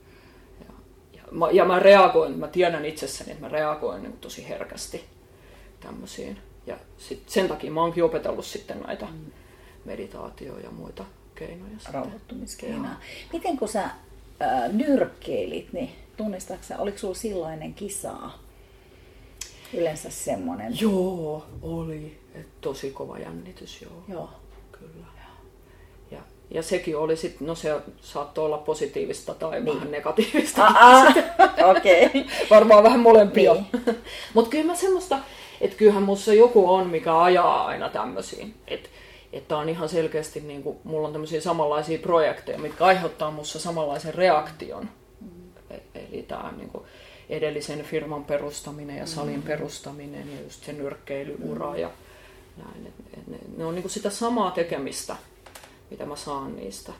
Speaker 2: Ja mä reagoin, mä tiedän itsessäni, että mä reagoin niin tosi herkästi tämmöisiin. Ja sen takia mä oonkin opetellut sitten näitä meditaatioja ja muita keinoja.
Speaker 1: Rauhoittumiskeinoja. Miten kun sä nyrkkeilit, niin tunnistatko sä, oliko sulla silloinen kisaa? Yleensä semmoinen.
Speaker 2: Joo, oli. Tosi kova jännitys, joo. Kyllä. Ja sekin oli sitten, no se saattoi olla positiivista tai vähän negatiivista.
Speaker 1: Okei.
Speaker 2: Varmaan vähän molempia. Mutta kyllä mä semmoista, että kyllähän musta joku on, mikä ajaa aina tämmöisiin. Että on ihan selkeästi, niin kuin, mulla on tämmöisiä samanlaisia projekteja, mitkä aiheuttaa musta samanlaisen reaktion. Eli tämä niin kuin edellisen firman perustaminen ja salin perustaminen ja just se nyrkkeilyura ja näin. Ne on niin kuin sitä samaa tekemistä, mitä mä saan niistä.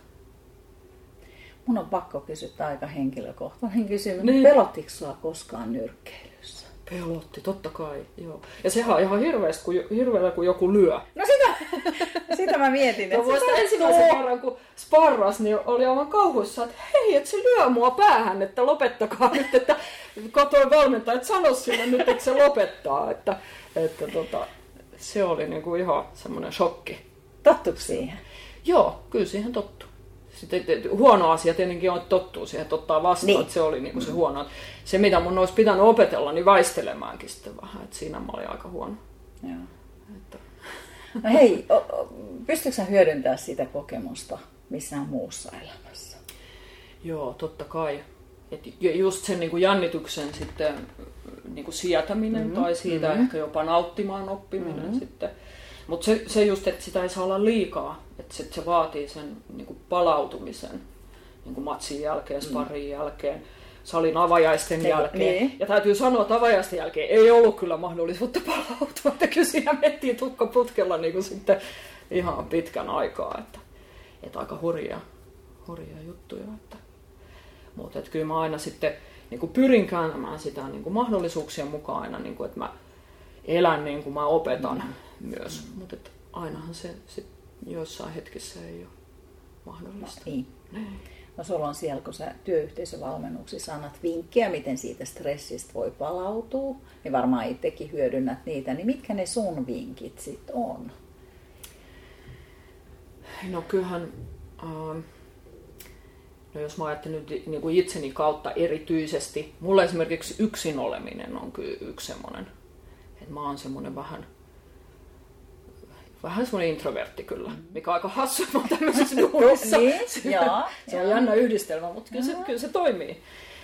Speaker 1: Mun on pakko kysyä aika henkilökohtainen kysymys. Niin. Pelottiko sua koskaan nyrkkeilyssä?
Speaker 2: Pelotti, totta kai, joo. Ja sehän on ihan hirveellä, kun joku lyö.
Speaker 1: No sitä mä mietin.
Speaker 2: No muista ensimmäisen kerran, kun sparras, niin oli aivan kauhuissa, että hei, että se lyö mua päähän, että lopettakaa nyt, että katoin valmentaja, että sano sille nyt, että se lopettaa. Että se oli niinku ihan semmoinen shokki.
Speaker 1: Tottuiko siihen?
Speaker 2: Joo, kyllä siihen tottuu. Sitten huono asia tietenkin on, että tottuu siihen, että ottaa vastaan, niin. Että se oli niinku se huono. Se, mitä mun olisi pitänyt opetella, niin väistelemaankin sitten vähän, että siinä mä olin aika huono.
Speaker 1: Joo. No hei, pystytkö sä hyödyntämään sitä kokemusta missään muussa elämässä?
Speaker 2: Joo, totta kai. Et just sen niin kuin jännityksen sitten niin kuin sietäminen tai siitä ehkä jopa nauttimaan oppiminen sitten. Mutta se just, että sitä ei saa olla liikaa, että se vaatii sen niin kuin palautumisen niin kuin matsin jälkeen, sparrin jälkeen, salin avajaisten jälkeen.
Speaker 1: Niin.
Speaker 2: Ja täytyy sanoa, että avajaisten jälkeen ei ollut kyllä mahdollisuutta palautua, että kyllä siinä mentiin tukkaputkella niin kuin sitten ihan pitkän aikaa, että aika hurjia juttuja. Mutta kyllä mä aina sitten niin kuin pyrin kääntämään sitä niin kuin mahdollisuuksien mukaan aina, niin kuin, että mä elän niin kuin mä opetan myös, mutta ainahan se sit joissain hetkissä ei ole mahdollista.
Speaker 1: No, niin. No sulla on siellä, kun sä työyhteisövalmennuksissa annat vinkkiä, miten siitä stressistä voi palautua, niin varmaan itsekin hyödynnät niitä, niin mitkä ne sun vinkit sitten on?
Speaker 2: No kyllähän, no jos mä ajattelen nyt niin kuin itseni kautta erityisesti, mulla esimerkiksi yksin oleminen on kyllä yksi semmoinen, että mä oon semmoinen vähän semmoinen introvertti kyllä, mikä on aika hassu tämmöisessä duunissa. Se on jännä yhdistelmä, mutta kyllä se toimii.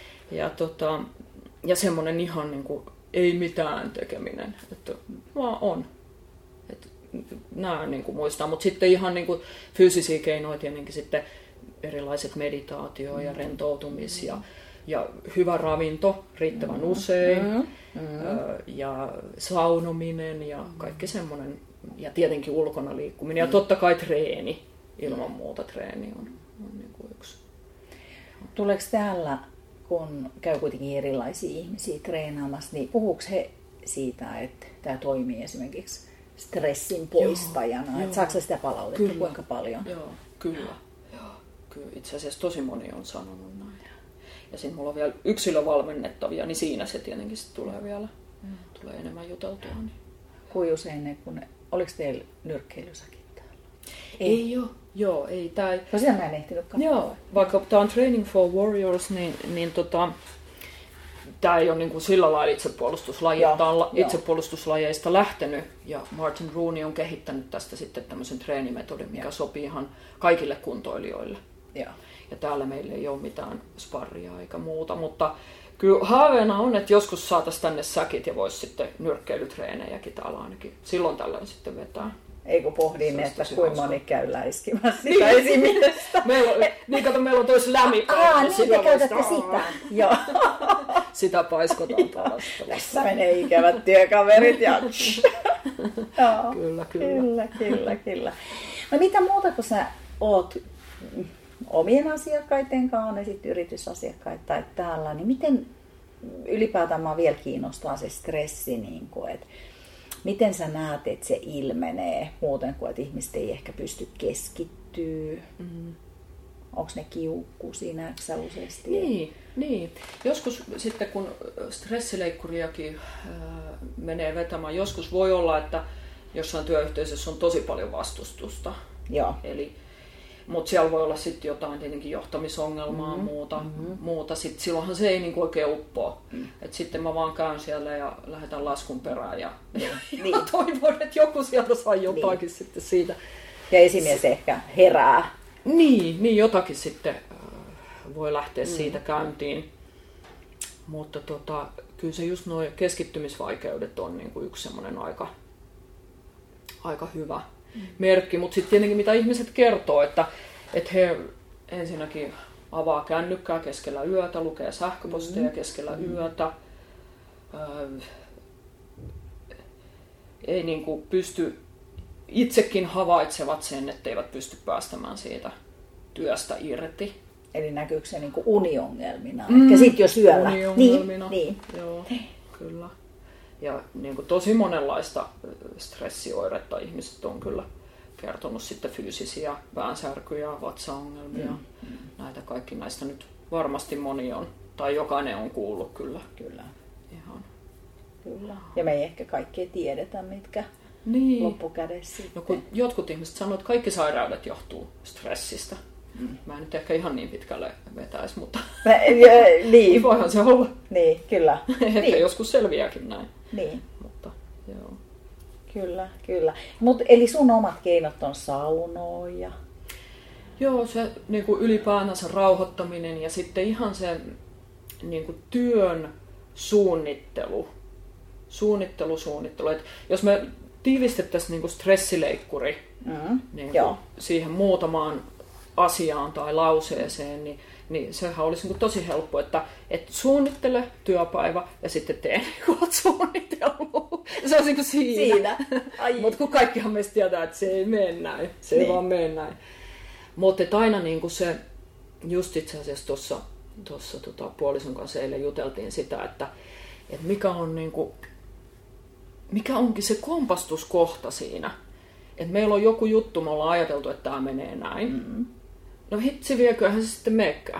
Speaker 2: Ja semmoinen ihan niin kuin ei mitään tekeminen, että vaan on. Nämä niin kuin muistaa, mutta sitten ihan niin kuin fyysisiä keinoja tietenkin sitten erilaiset meditaatio ja rentoutumis ja hyvä ravinto riittävän usein ja saunominen ja kaikki semmoinen. Ja tietenkin ulkona liikkuminen ja totta kai treeni, ilman muuta treeni on niin kuin yksi.
Speaker 1: Tuleeko täällä, kun käy kuitenkin erilaisia ihmisiä treenaamassa, niin puhuuko he siitä, että tämä toimii esimerkiksi stressin poistajana? Että saako sitä palautetta kuinka paljon?
Speaker 2: Joo, kyllä. Itse asiassa tosi moni on sanonut näin. Ja sitten mulla on vielä yksilövalmennettavia, niin siinä se tietenkin sit tulee vielä tulee enemmän juteltua. Niin.
Speaker 1: Kuin usein, oliko teillä nyrkkeilysakit täällä?
Speaker 2: Ei ole. Joo, ei.
Speaker 1: No sitä mä en ehtinyt katsoa.
Speaker 2: Joo, vaikka tämä on Training for Warriors, niin tämä ei ole niin kuin sillä lailla itsepuolustuslajeista lähtenyt. Ja Martin Rooney on kehittänyt tästä sitten tämmöisen treenimetodin, mikä sopii ihan kaikille kuntoilijoille.
Speaker 1: Joo.
Speaker 2: Ja täällä meillä ei ole mitään sparria eikä muuta, mutta kyllä haaveena on, että joskus saataisiin tänne säkit ja voisi sitten nyrkkeilytreenejäkin täällä ainakin silloin tällöin sitten vetää.
Speaker 1: Ei kun pohdin, että kuinka moni käy läiskimässä sitä esimiestä.
Speaker 2: Meillä on toisi lämi.
Speaker 1: Nyt te käytätte sitä. Joo.
Speaker 2: Sitä paiskotaan taas.
Speaker 1: Tässä menee ikävät työkaverit. Ja... Kyllä. No mitä muuta, kun sä oot omien asiakkaiden kanssa ja sitten yritysasiakkaita tai täällä, niin miten ylipäätään mä vielä kiinnostaa se stressi, niin kuin, että miten sä näet, että se ilmenee muuten kuin, että ihmiset ei ehkä pysty keskittyä? Onko ne kiukkuisia, näetkö sä useasti?
Speaker 2: Niin. Joskus sitten kun stressileikkuriakin menee vetämään, joskus voi olla, että jossain työyhteisössä on tosi paljon vastustusta.
Speaker 1: Joo.
Speaker 2: Mutta siellä voi olla sitten jotain tietenkin johtamisongelmaa, muuta. Silloinhan se ei niinku oikein uppoa. Et sitten mä vaan käyn siellä ja lähetän laskun perään ja toivon, että joku sieltä saa jotakin sitten siitä.
Speaker 1: Ja esimies ehkä herää.
Speaker 2: Niin jotakin sitten voi lähteä siitä käyntiin. Mutta kyllä se just nuo keskittymisvaikeudet on niinku yksi semmoinen aika hyvä merkki, mutta sitten tietenkin mitä ihmiset kertoo, että he ensinnäkin avaa kännykkää keskellä yötä, lukee sähköposteja keskellä yötä, ei niin kuin pysty, itsekin havaitsevat sen, etteivät pysty päästämään siitä työstä irti.
Speaker 1: Eli näkyykö se niin kuin uniongelmina? Ehkä sitten jo syöllä.
Speaker 2: Uniongelmina,
Speaker 1: niin.
Speaker 2: Joo, kyllä. Ja niin kuin tosi monenlaista stressioiretta ihmiset on kyllä kertonut sitten fyysisiä päänsärkyjä, vatsaongelmia, näitä kaikki näistä nyt varmasti moni on, tai jokainen on kuullut kyllä.
Speaker 1: Kyllä.
Speaker 2: Ihan.
Speaker 1: Kyllä. Ja me ei ehkä kaikkea tiedetä, mitkä loppukädessä sitten.
Speaker 2: No, kun jotkut ihmiset sanoo, että kaikki sairaudet johtuu stressistä. Mä en nyt ehkä ihan niin pitkälle vetäisi, mutta
Speaker 1: niin.
Speaker 2: Voihan se olla.
Speaker 1: Niin, kyllä.
Speaker 2: Ehkä
Speaker 1: niin.
Speaker 2: joskus selviääkin näin.
Speaker 1: Niin.
Speaker 2: Mutta, joo.
Speaker 1: Kyllä. Eli sun omat keinot on saunoa.
Speaker 2: Joo, se niin kuin ylipäätänsä rauhoittaminen ja sitten ihan se niin kuin työn suunnittelu. Et jos me tiivistettäisiin niin kuin stressileikkuri niin kuin siihen muutamaan asiaan tai lauseeseen, niin sehän olisi niin tosi helppo, että suunnittele työpäivä ja sitten tee niin kuin olet suunnitellut. Se on niin kuin siinä. Mutta kun kaikkihan meistä tietää, että se ei mene näin. Se ei vaan mene näin. Mutta aina niin kuin se, just itse asiassa tuossa puolison kanssa eilen juteltiin sitä, että mikä onkin se kompastuskohta siinä. Että meillä on joku juttu, me ollaan ajateltu, että tämä menee näin. No hitsi vieköhän se sitten meekään.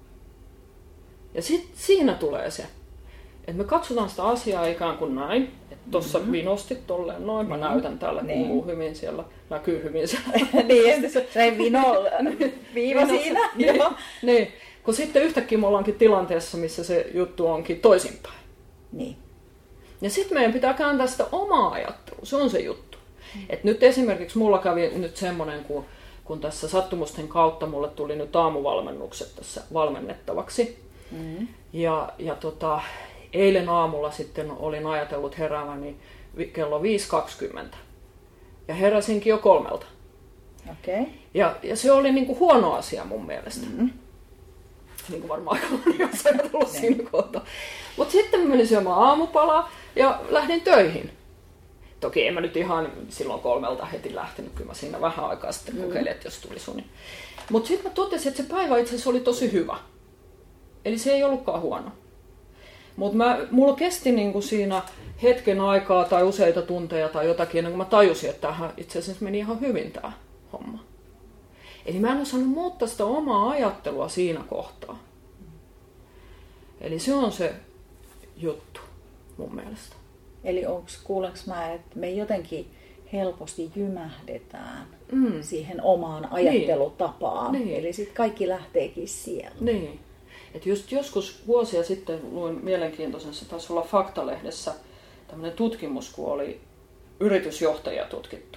Speaker 2: Ja sitten siinä tulee se, että me katsotaan sitä asiaa ikään kuin näin, että tuossa vinosti tolleen noin, mä näytän täällä, kuuluu hyvin siellä, näkyy hyvin siellä.
Speaker 1: Niin, se viiva siinä.
Speaker 2: Niin, kun sitten yhtäkkiä me ollaankin tilanteessa, missä se juttu onkin toisinpäin.
Speaker 1: Niin.
Speaker 2: Ja sitten meidän pitää kääntää sitä omaa ajattelua, se on se juttu. Et nyt esimerkiksi mulla kävi nyt semmoinen, kun tässä sattumusten kautta mulle tuli nyt aamuvalmennukset tässä valmennettavaksi. Ja eilen aamulla sitten olin ajatellut herääväni kello 5.20. Ja heräsinkin jo 3.
Speaker 1: Okay.
Speaker 2: Ja se oli niinku huono asia mun mielestä. Niin kuin varmaan aika moni on ajatellut siinä kohtaa. Mutta sitten mä menin syömään aamupalaa ja lähdin töihin. Toki en mä nyt ihan silloin 3 heti lähtenyt, kyllä mä siinä vähän aikaa sitten kokeilin, että jos tuli suni. Mutta sitten mä totesin, että se päivä itse asiassa oli tosi hyvä. Eli se ei ollutkaan huono. Mutta mulla kesti niinku siinä hetken aikaa tai useita tunteja tai jotakin, ennen kuin mä tajusin, että tämähän itse asiassa meni ihan hyvin tämä homma. Eli mä en osannut muuttaa sitä omaa ajattelua siinä kohtaa. Eli se on se juttu mun mielestä.
Speaker 1: Eli kuulenko mä, että me jotenkin helposti jymähdetään siihen omaan ajattelutapaan.
Speaker 2: Niin.
Speaker 1: Eli sitten kaikki lähteekin siellä.
Speaker 2: Niin. Et just joskus vuosia sitten luin mielenkiintoisessa, taisi olla Fakta-lehdessä tämmöinen tutkimus, kun oli yritysjohtajia tutkittu.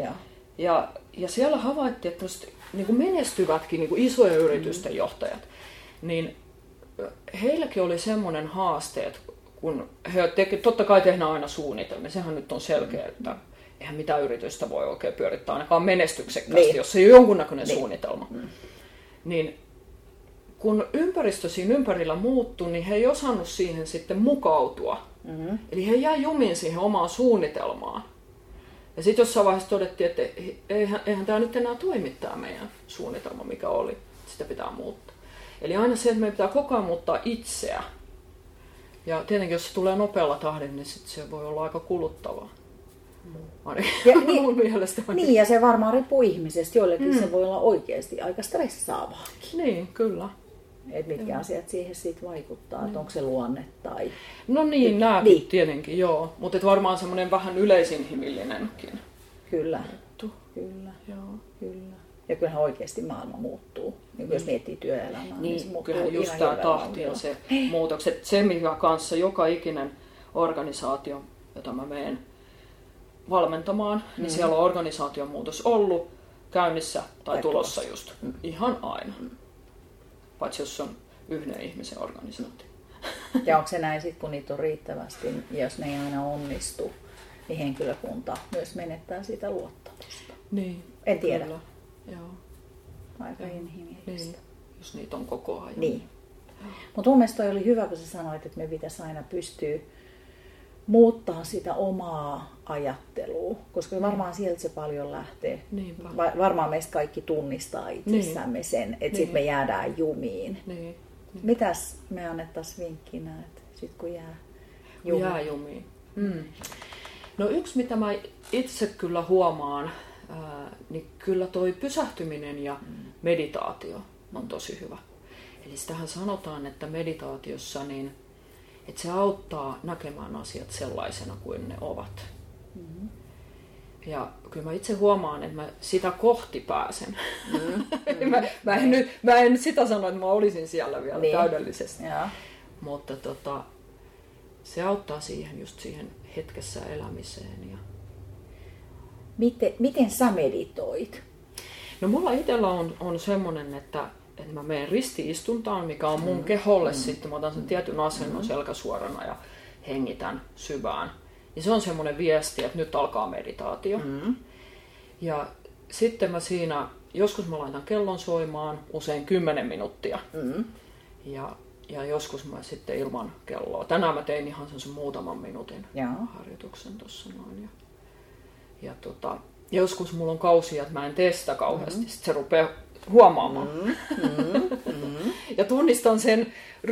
Speaker 2: Ja siellä havaittiin, että niin kuin menestyvätkin niin kuin isojen yritysten johtajat, niin heilläkin oli semmoinen haaste, että kun totta kai tehdään aina suunnitelmia, sehän nyt on selkeä, että eihän mitään yritystä voi oikein pyörittää ainakaan menestyksekkäästi, jos ei ole jonkunnäköinen suunnitelma. Niin kun ympäristö siinä ympärillä muuttui, niin he ei osannut siihen sitten mukautua. Eli he jäi jumiin siihen omaan suunnitelmaan. Ja sitten jossain vaiheessa todettiin, että eihän tämä nyt enää toimi tämä meidän suunnitelma, mikä oli. Sitä pitää muuttaa. Eli aina se, että meidän pitää koko ajan muuttaa itseä. Ja tietenkin, jos se tulee nopealla tahdilla, niin sit se voi olla aika kuluttavaa. Mun mielestä.
Speaker 1: Niin, ja se varmaan riippuu ihmisestä. Joillekin se voi olla oikeasti aika stressaavaakin.
Speaker 2: Niin, kyllä.
Speaker 1: Että mitkä asiat siihen sitten vaikuttaa, että onko se luonne tai...
Speaker 2: No niin, nämäkin tietenkin, joo. Mutta varmaan semmoinen vähän yleisinhimillinenkin.
Speaker 1: Kyllä.
Speaker 2: Kyllä.
Speaker 1: Ja kyllähän oikeasti maailma muuttuu. Niin jos miettii työelämää, niin se muuttuu
Speaker 2: kyllähän just tämä tahti ja se muutokset. Se, mikä kanssa joka ikinen organisaatio, jota mä menen valmentamaan, niin siellä on organisaation muutos ollut käynnissä tai tulossa just ihan aina. Paitsi jos on yhden ihmisen organisaatio.
Speaker 1: Ja onko se näin sitten, kun niitä on riittävästi, ja jos ne ei aina onnistu, niin henkilökunta myös menettää sitä luottamusta.
Speaker 2: Niin.
Speaker 1: En tiedä.
Speaker 2: Kyllä. Joo.
Speaker 1: Aika inhimillistä.
Speaker 2: Niin, jos niitä on koko ajan.
Speaker 1: Niin. Mutta mun mielestä toi oli hyvä, kun sä sanoit, että me pitäisi aina pystyä muuttaa sitä omaa ajattelua, koska varmaan sieltä se paljon lähtee. Varmaan meistä kaikki tunnistaa itsessämme sen, että sitten me jäädään jumiin. Mitäs me annettaisiin vinkkinä, että sitten kun jää jumiin?
Speaker 2: Jää jumiin. No yksi, mitä mä itse kyllä huomaan, niin kyllä toi pysähtyminen ja meditaatio on tosi hyvä. Eli sitähän sanotaan, että meditaatiossa niin, että se auttaa näkemään asiat sellaisena kuin ne ovat. Ja kyllä mä itse huomaan, että mä sitä kohti pääsen. mä en sitä sano, että mä olisin siellä vielä täydellisesti. Ja. Mutta se auttaa just siihen hetkessä elämiseen. Ja...
Speaker 1: Miten sä meditoit?
Speaker 2: No mulla itsellä on semmoinen, että mä menen risti-istuntaan, mikä on mun keholle sitten. Mä otan sen tietyn asennon selkäsuorana ja hengitän syvään. Ja se on semmoinen viesti, että nyt alkaa meditaatio. Ja sitten mä siinä, joskus mä laitan kellon soimaan, usein 10 minuuttia. Ja joskus mä sitten ilman kelloa. Tänään mä tein ihan sen muutaman minuutin harjoituksen tuossa noin. Ja joskus mulla on kausia, että mä en tee sitä kauheasti. Sitten se rupeaa huomaamaan. Ja tunnistan sen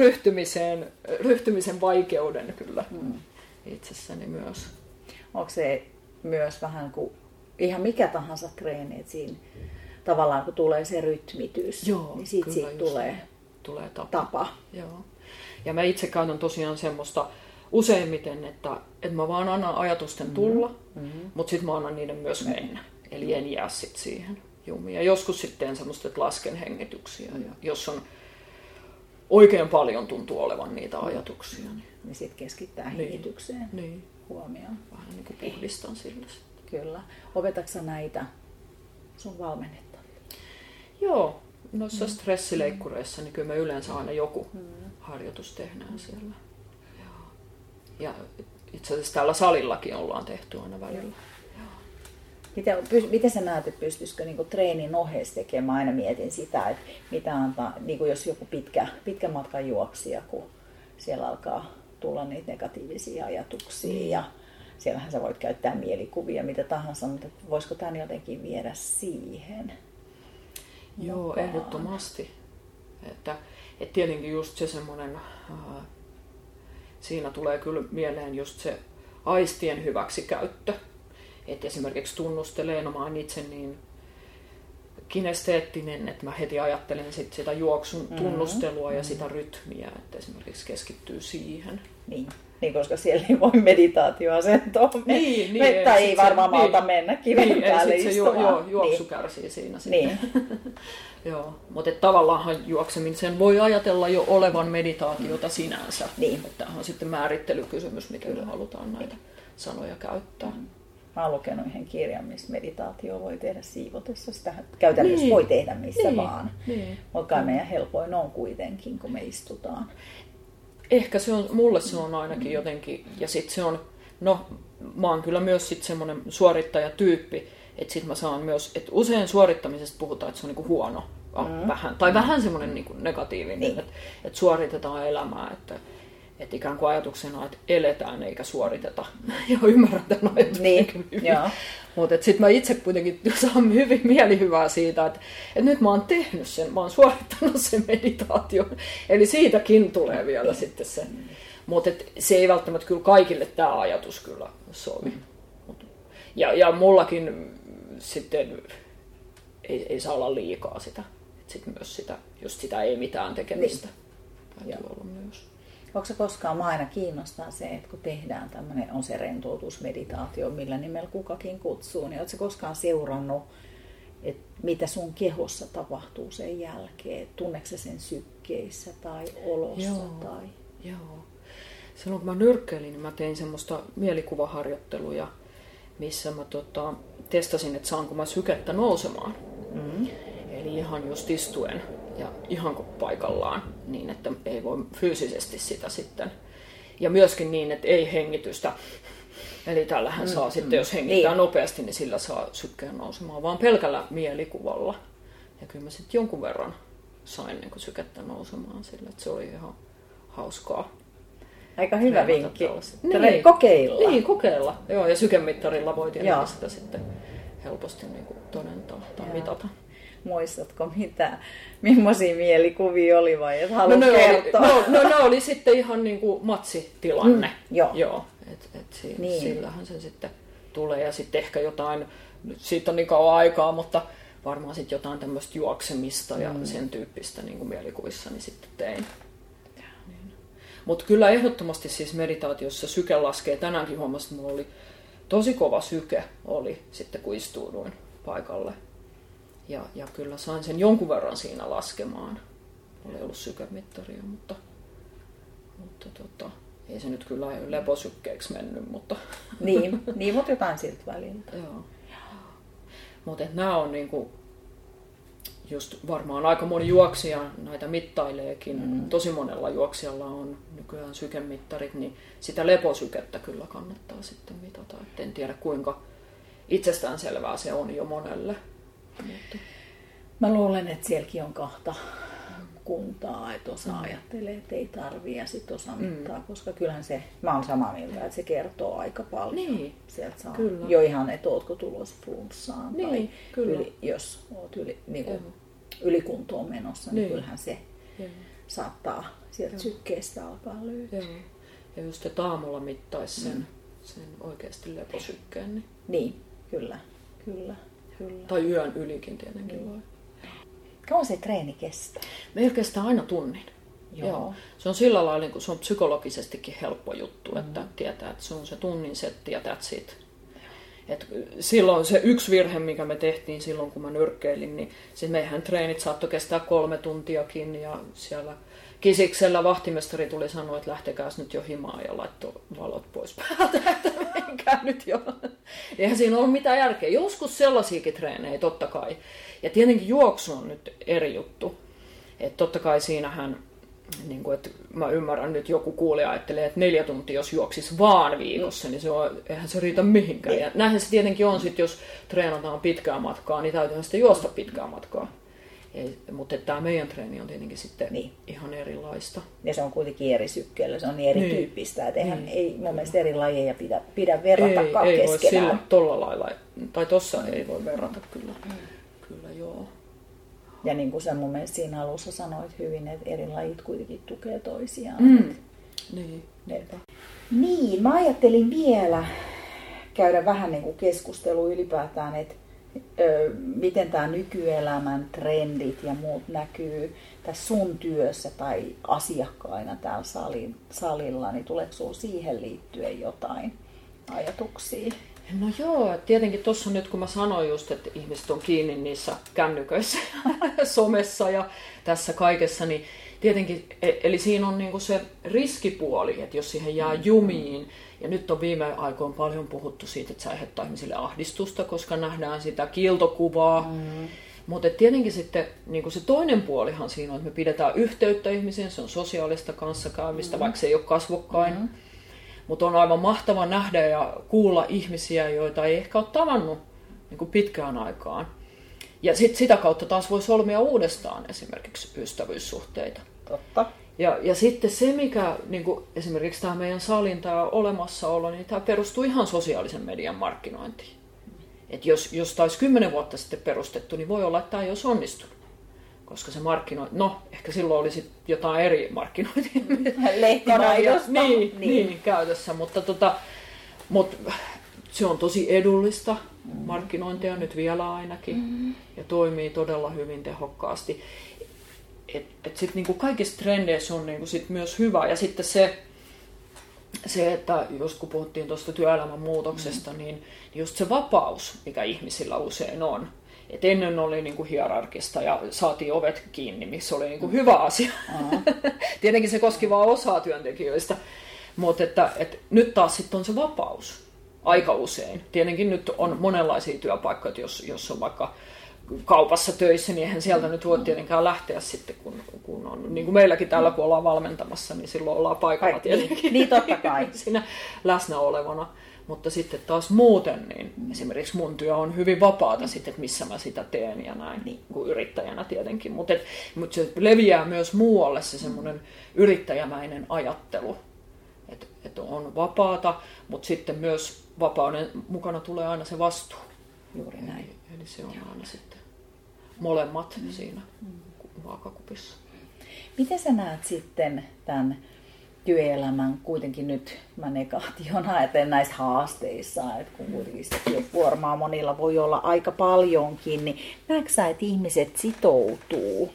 Speaker 2: ryhtymisen vaikeuden kyllä itsessäni myös.
Speaker 1: Onko se myös vähän kuin ihan mikä tahansa treeni, että siinä tavallaan kun tulee se rytmitys, niin siitä tulee tapa.
Speaker 2: Joo. Ja mä itse käytän tosiaan semmoista useimmiten, että mä vaan annan ajatusten tulla, mutta sitten mä annan niiden myös mennä. Eli en jää sitten siihen jumiin. Ja joskus sitten semmoista, että lasken hengityksiä. Ja jos on oikein paljon tuntuu olevan niitä ajatuksia.
Speaker 1: Niin sitten keskittää hengitykseen huomioon.
Speaker 2: Vähän niin kuin puhdistan sillä.
Speaker 1: Kyllä. Opetatko näitä sun valmennettaville?
Speaker 2: Joo. Noissa stressileikkureissa niin kyllä me yleensä aina joku harjoitus tehdään siellä. Ja itse asiassa täällä salillakin ollaan tehty aina välillä.
Speaker 1: Miten sä näet, että pystyisikö niin treenin ohessa tekemään? Aina mietin sitä, että mitä antaa, niin jos joku pitkä matkan juoksija, kun siellä alkaa tulla niitä negatiivisia ajatuksia ja siellähän sä voit käyttää mielikuvia, mitä tahansa, mutta voisiko tämän jotenkin viedä siihen?
Speaker 2: Joo, ehdottomasti. Että tietenkin just se semmoinen, siinä tulee kyllä mieleen just se aistien hyväksikäyttö. Että esimerkiksi tunnustelee, no mä oon itse niin kinesteettinen, että mä heti ajattelen sitä juoksun tunnustelua ja sitä rytmiä, että esimerkiksi keskittyy siihen.
Speaker 1: Niin, koska siellä ei voi meditaatioasentoon. Vettä ei varmaan malta mennä kiven päälle istumaan.
Speaker 2: Juoksu kärsii siinä sitten. Joo, mutta tavallaan juoksemisen voi ajatella jo olevan meditaatiota sinänsä. Tämä on sitten määrittelykysymys, miten me halutaan näitä sanoja käyttää.
Speaker 1: Mä oon lukenut yhden kirjan, missä meditaatio voi tehdä siivotessa. Sitä käytännössä voi tehdä missä vaan. Mutta meidän helpoin on kuitenkin, kun me istutaan.
Speaker 2: Ehkä mulle se on ainakin jotenkin, ja sitten se on, mä oon kyllä myös sitten semmoinen suorittajatyyppi, että sitten mä saan myös, että usein suorittamisesta puhutaan, että se on niinku huono, vähän semmoinen niinku negatiivinen, että suoritetaan elämää, että ikään kuin ajatuksena, että eletään eikä suoriteta, ja ymmärrän tämän ajatuksen hyvin. Mutta sitten mä itse kuitenkin saan hyvin mielihyvää siitä, että nyt mä oon tehnyt sen, mä oon suorittanut sen meditaation. Eli siitäkin tulee vielä sitten se. Mutta se ei välttämättä kyllä kaikille tämä ajatus kyllä sovi. Ja mullakin sitten ei saa olla liikaa sitä. Sitten myös sitä ei mitään tekemistä. Täytyy olla myös.
Speaker 1: Onko se koskaan, mä aina kiinnostaa se, että kun tehdään tämmöinen, on se rentoutusmeditaatio, millä nimellä kukakin kutsuu, niin ootko se koskaan seurannut, että mitä sun kehossa tapahtuu sen jälkeen? Tunneeko sä sen sykkeissä tai olossa?
Speaker 2: Joo. Silloin kun mä nyrkkeilin, niin mä tein semmoista mielikuvaharjoittelua, missä mä testasin, että saanko mä sykettä nousemaan. Eli ihan just istuen ja ihan paikallaan niin, että ei voi fyysisesti sitä sitten. Ja myöskin niin, että ei hengitystä. Eli tällähän saa sitten, jos hengittää nopeasti, niin sillä saa sykkeen nousemaan, vaan pelkällä mielikuvalla. Ja kyllä mä sitten jonkun verran sain niin sykettä nousemaan sillä, että se oli ihan hauskaa.
Speaker 1: Aika hyvä vinkki. Kokeilla.
Speaker 2: Niin, kokeilla. Joo, ja sykemittarilla voi tietenkin sitä sitten helposti niin kuin todentaa tai mitata.
Speaker 1: muistatko millaisia mielikuvia oli vai et halua kertoa?
Speaker 2: Ne oli sitten ihan niin kuin matsitilanne.
Speaker 1: Joo.
Speaker 2: Niin. Sillähän se sitten tulee ja sitten ehkä jotain, siitä on niin kauan aikaa, mutta varmaan sitten jotain tämmöistä juoksemista ja sen tyyppistä niin kuin mielikuvissani sitten tein. Niin. Mutta kyllä ehdottomasti siis meditaatiossa syke laskee. Tänäänkin huomasin, että mulla oli tosi kova syke oli sitten kun istuuduin paikalle. Ja kyllä sain sen jonkun verran siinä laskemaan. Oli ollut sykemittaria, mutta ei se nyt kyllä leposykkeeksi mennyt. Mutta
Speaker 1: niin mutta jotain siltä väliltä.
Speaker 2: Joo. Mutta nämä on niinku, just varmaan aika moni juoksija näitä mittaileekin. Tosi monella juoksijalla on nykyään sykemittarit, niin sitä leposykettä kyllä kannattaa sitten mitata. Et en tiedä kuinka itsestäänselvää se on jo monelle. Mutta
Speaker 1: mä luulen, että sielläkin on kahta kuntaa, että osa ajattelee, että ei tarvitse ja sitten osa mittaa, koska kyllähän se, mä oon samaa mieltä, että se kertoo aika paljon.
Speaker 2: Niin,
Speaker 1: sieltä saa
Speaker 2: kyllä.
Speaker 1: jo ihan, että ootko tulossa flunssaan
Speaker 2: niin,
Speaker 1: tai jos oot ylikuntoon menossa, niin kyllähän se saattaa sieltä sykkeestä alkaa löytyä.
Speaker 2: Joo. Ja just että aamulla mittaisi sen oikeasti leposykkeen.
Speaker 1: Niin, kyllä.
Speaker 2: Tai yön ylikin tietenkin voi.
Speaker 1: Kauan se treeni kestää?
Speaker 2: Meillä kestää aina tunnin. Joo. Se on sillä lailla, kun se on psykologisestikin helppo juttu, että tietää, että se on se tunnin setti ja that's it. Et silloin se yksi virhe, mikä me tehtiin silloin, kun mä nyrkkeilin, niin siis meidän treenit saattoi kestää 3 tuntiakin ja siellä Kisiksellä vahtimestari tuli sanoa, että lähtekääs nyt jo himaan ja laittoi valot pois päältä, että menkää nyt jo. Eihän siinä ollut mitään järkeä. Joskus sellaisiakin treenejä, totta kai. Ja tietenkin juoksu on nyt eri juttu. Että totta kai siinähän, niin kuin, että mä ymmärrän nyt joku kuulija ajattelee, että 4 tuntia jos juoksisi vaan viikossa, niin eihän se riitä mihinkään. Ja näinhän se tietenkin on sit, jos treenataan pitkää matkaa, niin täytyyhän sitten juosta pitkää matkaa. Mutta tämä meidän treeni on tietenkin sitten ihan erilaista.
Speaker 1: Ja se on kuitenkin eri sykkeellä, se on niin erityyppistä, että ei mun mielestä eri lajeja pidä verratakaan keskenään.
Speaker 2: Ei voi sillä tolla lailla, tai tossa ei voi verrata kyllä. Kyllä joo.
Speaker 1: Ja niin kuin sä mun mielestä siinä alussa sanoit hyvin, että eri lajit kuitenkin tukee toisiaan. Niin, mä ajattelin vielä käydä vähän niin kuin keskustelua ylipäätään, että miten tämä nykyelämän trendit ja muut näkyy tässä sun työssä tai asiakkaina täällä salilla, niin tuleeko sinulla siihen liittyen jotain ajatuksia?
Speaker 2: No joo, tietenkin tuossa nyt kun mä sanoin just, että ihmiset on kiinni niissä kännyköissä ja somessa ja tässä kaikessa, niin tietenkin, eli siinä on niinku se riskipuoli, että jos siihen jää jumiin, ja nyt on viime aikoina paljon puhuttu siitä, että se aiheuttaa ihmisille ahdistusta, koska nähdään sitä kiiltokuvaa. Mutta tietenkin sitten niin se toinen puolihan siinä on, että me pidetään yhteyttä ihmisiin, se on sosiaalista kanssakäymistä, vaikka se ei ole kasvokkain. Mutta on aivan mahtava nähdä ja kuulla ihmisiä, joita ei ehkä ole tavannut niin pitkään aikaan. Ja sitä kautta taas voi solmia uudestaan esimerkiksi ystävyyssuhteita.
Speaker 1: Totta.
Speaker 2: Ja sitten se, mikä niin kuin esimerkiksi tämä meidän salin tämä olemassaolo, niin tämä perustuu ihan sosiaalisen median markkinointiin. Et jos tämä olisi 10 vuotta sitten perustettu, niin voi olla, että tämä ei olisi onnistunut. Koska se markkinointi, ehkä silloin olisi jotain eri markkinointia.
Speaker 1: Lehtoraidosta.
Speaker 2: Niin, käytössä, mutta se on tosi edullista markkinointia nyt vielä ainakin ja toimii todella hyvin tehokkaasti. Et sit niinku kaikissa trendeissä on niinku sit myös hyvä. Ja sitten se, että just kun puhuttiin tuosta työelämän muutoksesta, niin just se vapaus, mikä ihmisillä usein on. Et ennen oli niinku hierarkista ja saatiin ovet kiinni, missä oli niinku hyvä asia. Tietenkin se koski vain osaa työntekijöistä, mutta et nyt taas sitten on se vapaus aika usein. Tietenkin nyt on monenlaisia työpaikkoja, jos on vaikka kaupassa töissä, niin eihän sieltä nyt voi tietenkään lähteä sitten, kun on, niin kuin meilläkin täällä, kun ollaan valmentamassa, niin silloin ollaan paikalla tietenkin.
Speaker 1: Niin totta kai.
Speaker 2: Siinä läsnä olevana. Mutta sitten taas muuten, niin esimerkiksi mun työ on hyvin vapaata sitten, että missä mä sitä teen ja näin, niin kuin yrittäjänä tietenkin. Mutta se leviää myös muualle se semmoinen yrittäjämäinen ajattelu, että on vapaata, mutta sitten myös vapauden mukana tulee aina se vastuu.
Speaker 1: Juuri näin.
Speaker 2: Eli se on aina sitten molemmat siinä vaakakupissa.
Speaker 1: Miten sä näet sitten tämän työelämän kuitenkin nyt, mä negaation ajattelen näissä haasteissa, että kun kuitenkin sitä työkuormaa monilla voi olla aika paljonkin, niin näetkö sä, että ihmiset sitoutuu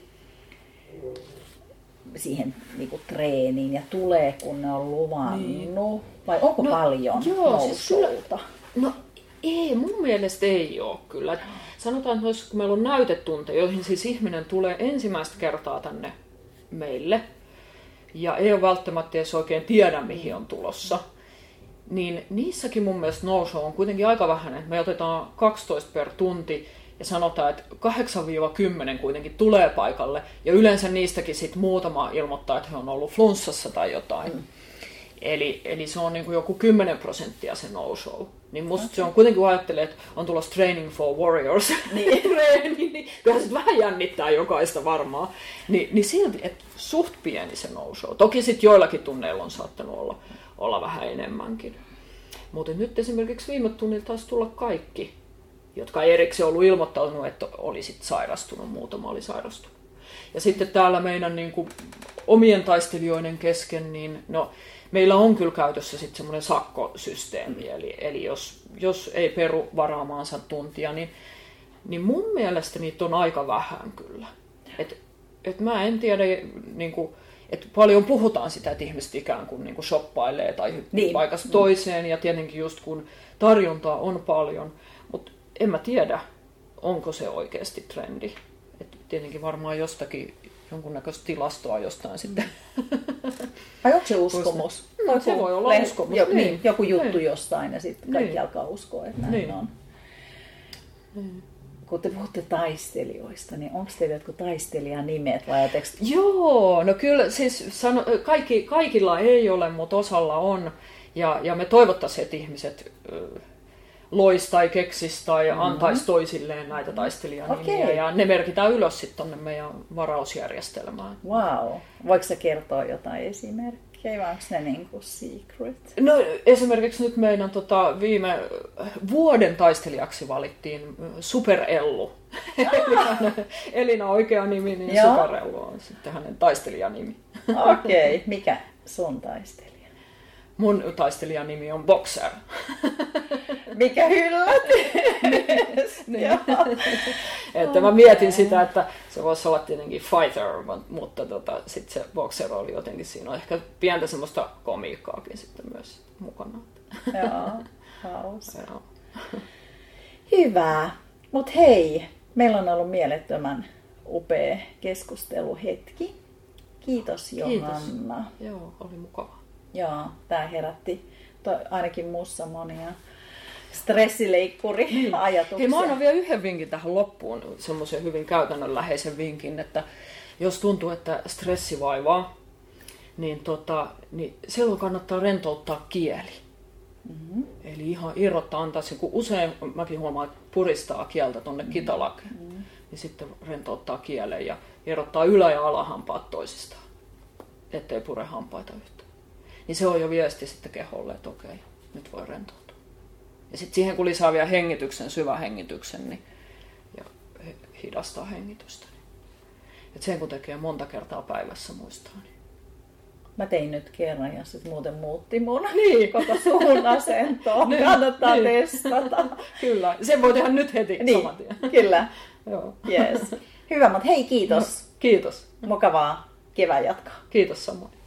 Speaker 1: siihen niin kuin treeniin ja tulee, kun ne on luvannut? Vai onko paljon nousulta?
Speaker 2: No ei, mun mielestä ei ole kyllä. Sanotaan, että kun meillä on näytetunteja, joihin siis ihminen tulee ensimmäistä kertaa tänne meille, ja ei ole välttämättä edes oikein tiedä, mihin on tulossa, niin niissäkin mun mielestä nousu on kuitenkin aika vähän. Me otetaan 12 per tunti ja sanotaan, että 8-10 kuitenkin tulee paikalle, ja yleensä niistäkin sit muutama ilmoittaa, että he on ollut flunssassa tai jotain. Eli se on niin kuin joku 10% se no-show. Niin musta se on kuitenkin, kun ajattelee, että on tulossa Training for Warriors treeni, niin kyllähän se vähän jännittää jokaista varmaan. Niin silti, että suht pieni se no-show. Toki sitten joillakin tunneilla on saattanut olla vähän enemmänkin. Mutta nyt esimerkiksi viime tunnilla taisi tulla kaikki, jotka ei erikseen ollut ilmoittautunut, että olisit sairastunut. Muutama oli sairastunut. Ja sitten täällä meidän niin kuin omien taistelijoiden kesken, niin no, meillä on kyllä käytössä sitten semmoinen sakkosysteemi, eli jos ei peru varaamaansa tuntia, niin mun mielestä niitä on aika vähän kyllä. Et mä en tiedä, niinku, että paljon puhutaan sitä, että ihmiset ikään kuin niinku shoppailee tai hyppii paikasta toiseen, ja tietenkin just kun tarjontaa on paljon, mutta en mä tiedä, onko se oikeasti trendi. Et tietenkin varmaan jostakin jonkunnäköistä tilastoa jostain sitten.
Speaker 1: Vai onko se uskomus?
Speaker 2: Se voi olla uskomus.
Speaker 1: Joku juttu jostain ja sitten kaikki alkaa uskoa, että näin on. Kun te puhutte taistelijoista, niin onko teillä jotkut taistelijanimet vai ajatelko?
Speaker 2: Joo, no kyllä siis kaikilla ei ole, mutta osalla on. Ja me toivottaisiin, että ihmiset loisi tai keksisi tai antaisi toisilleen näitä taistelijanimiä. Ja ne merkitään ylös sitten tuonne meidän varausjärjestelmään.
Speaker 1: Wow. Voiko sä kertoa jotain esimerkkejä vai onko ne niin kuin secret?
Speaker 2: No esimerkiksi nyt meidän viime vuoden taistelijaksi valittiin Super Ellu. Elina oikea nimi, niin Super Ellu on sitten hänen taistelijanimi.
Speaker 1: Okei. Mikä sun taistelija?
Speaker 2: Mun taistelijan nimi on Boxer.
Speaker 1: Mikä yllätys!
Speaker 2: Niin. Että mä mietin sitä, että se voisi olla tietenkin fighter, mutta sitten se Boxer oli jotenkin, siinä on ehkä pientä semmoista komiikkaakin sitten myös mukana.
Speaker 1: Joo, hauska. Hyvä. Mut hei, meillä on ollut mielettömän upea keskusteluhetki. Kiitos Johanna.
Speaker 2: Joo, oli mukava.
Speaker 1: Joo, tämä herätti ainakin muussa monia stressileikkuri-ajatuksia.
Speaker 2: Hei, mä annan vielä yhden vinkin tähän loppuun, semmoisen hyvin käytännönläheisen vinkin, että jos tuntuu, että stressi vaivaa, niin silloin kannattaa rentouttaa kieli. Mm-hmm. Eli ihan irrottaa, antaa se, kun usein mäkin huomaan, että puristaa kieltä tuonne kitalakeen, niin sitten rentouttaa kielen ja irrottaa ylä- ja alahampaat toisistaan, ettei pure hampaita yhtään. Niin se on jo viesti sitten keholle, että okei, nyt voi rentoutua. Ja sitten siihen kun lisää vielä hengityksen, syvän hengityksen, niin ja hidastaa hengitystä. Et sen kun tekee monta kertaa päivässä muistaa. Niin.
Speaker 1: Mä tein nyt kerran ja sitten muuten muutti mun koko suun asentoa. Kannattaa testata.
Speaker 2: Kyllä, sen voi tehdä nyt heti saman tien.
Speaker 1: Kyllä. Joo. Yes. Hyvä, mutta hei kiitos.
Speaker 2: No, kiitos.
Speaker 1: Mukavaa kevään jatkaa.
Speaker 2: Kiitos samoin.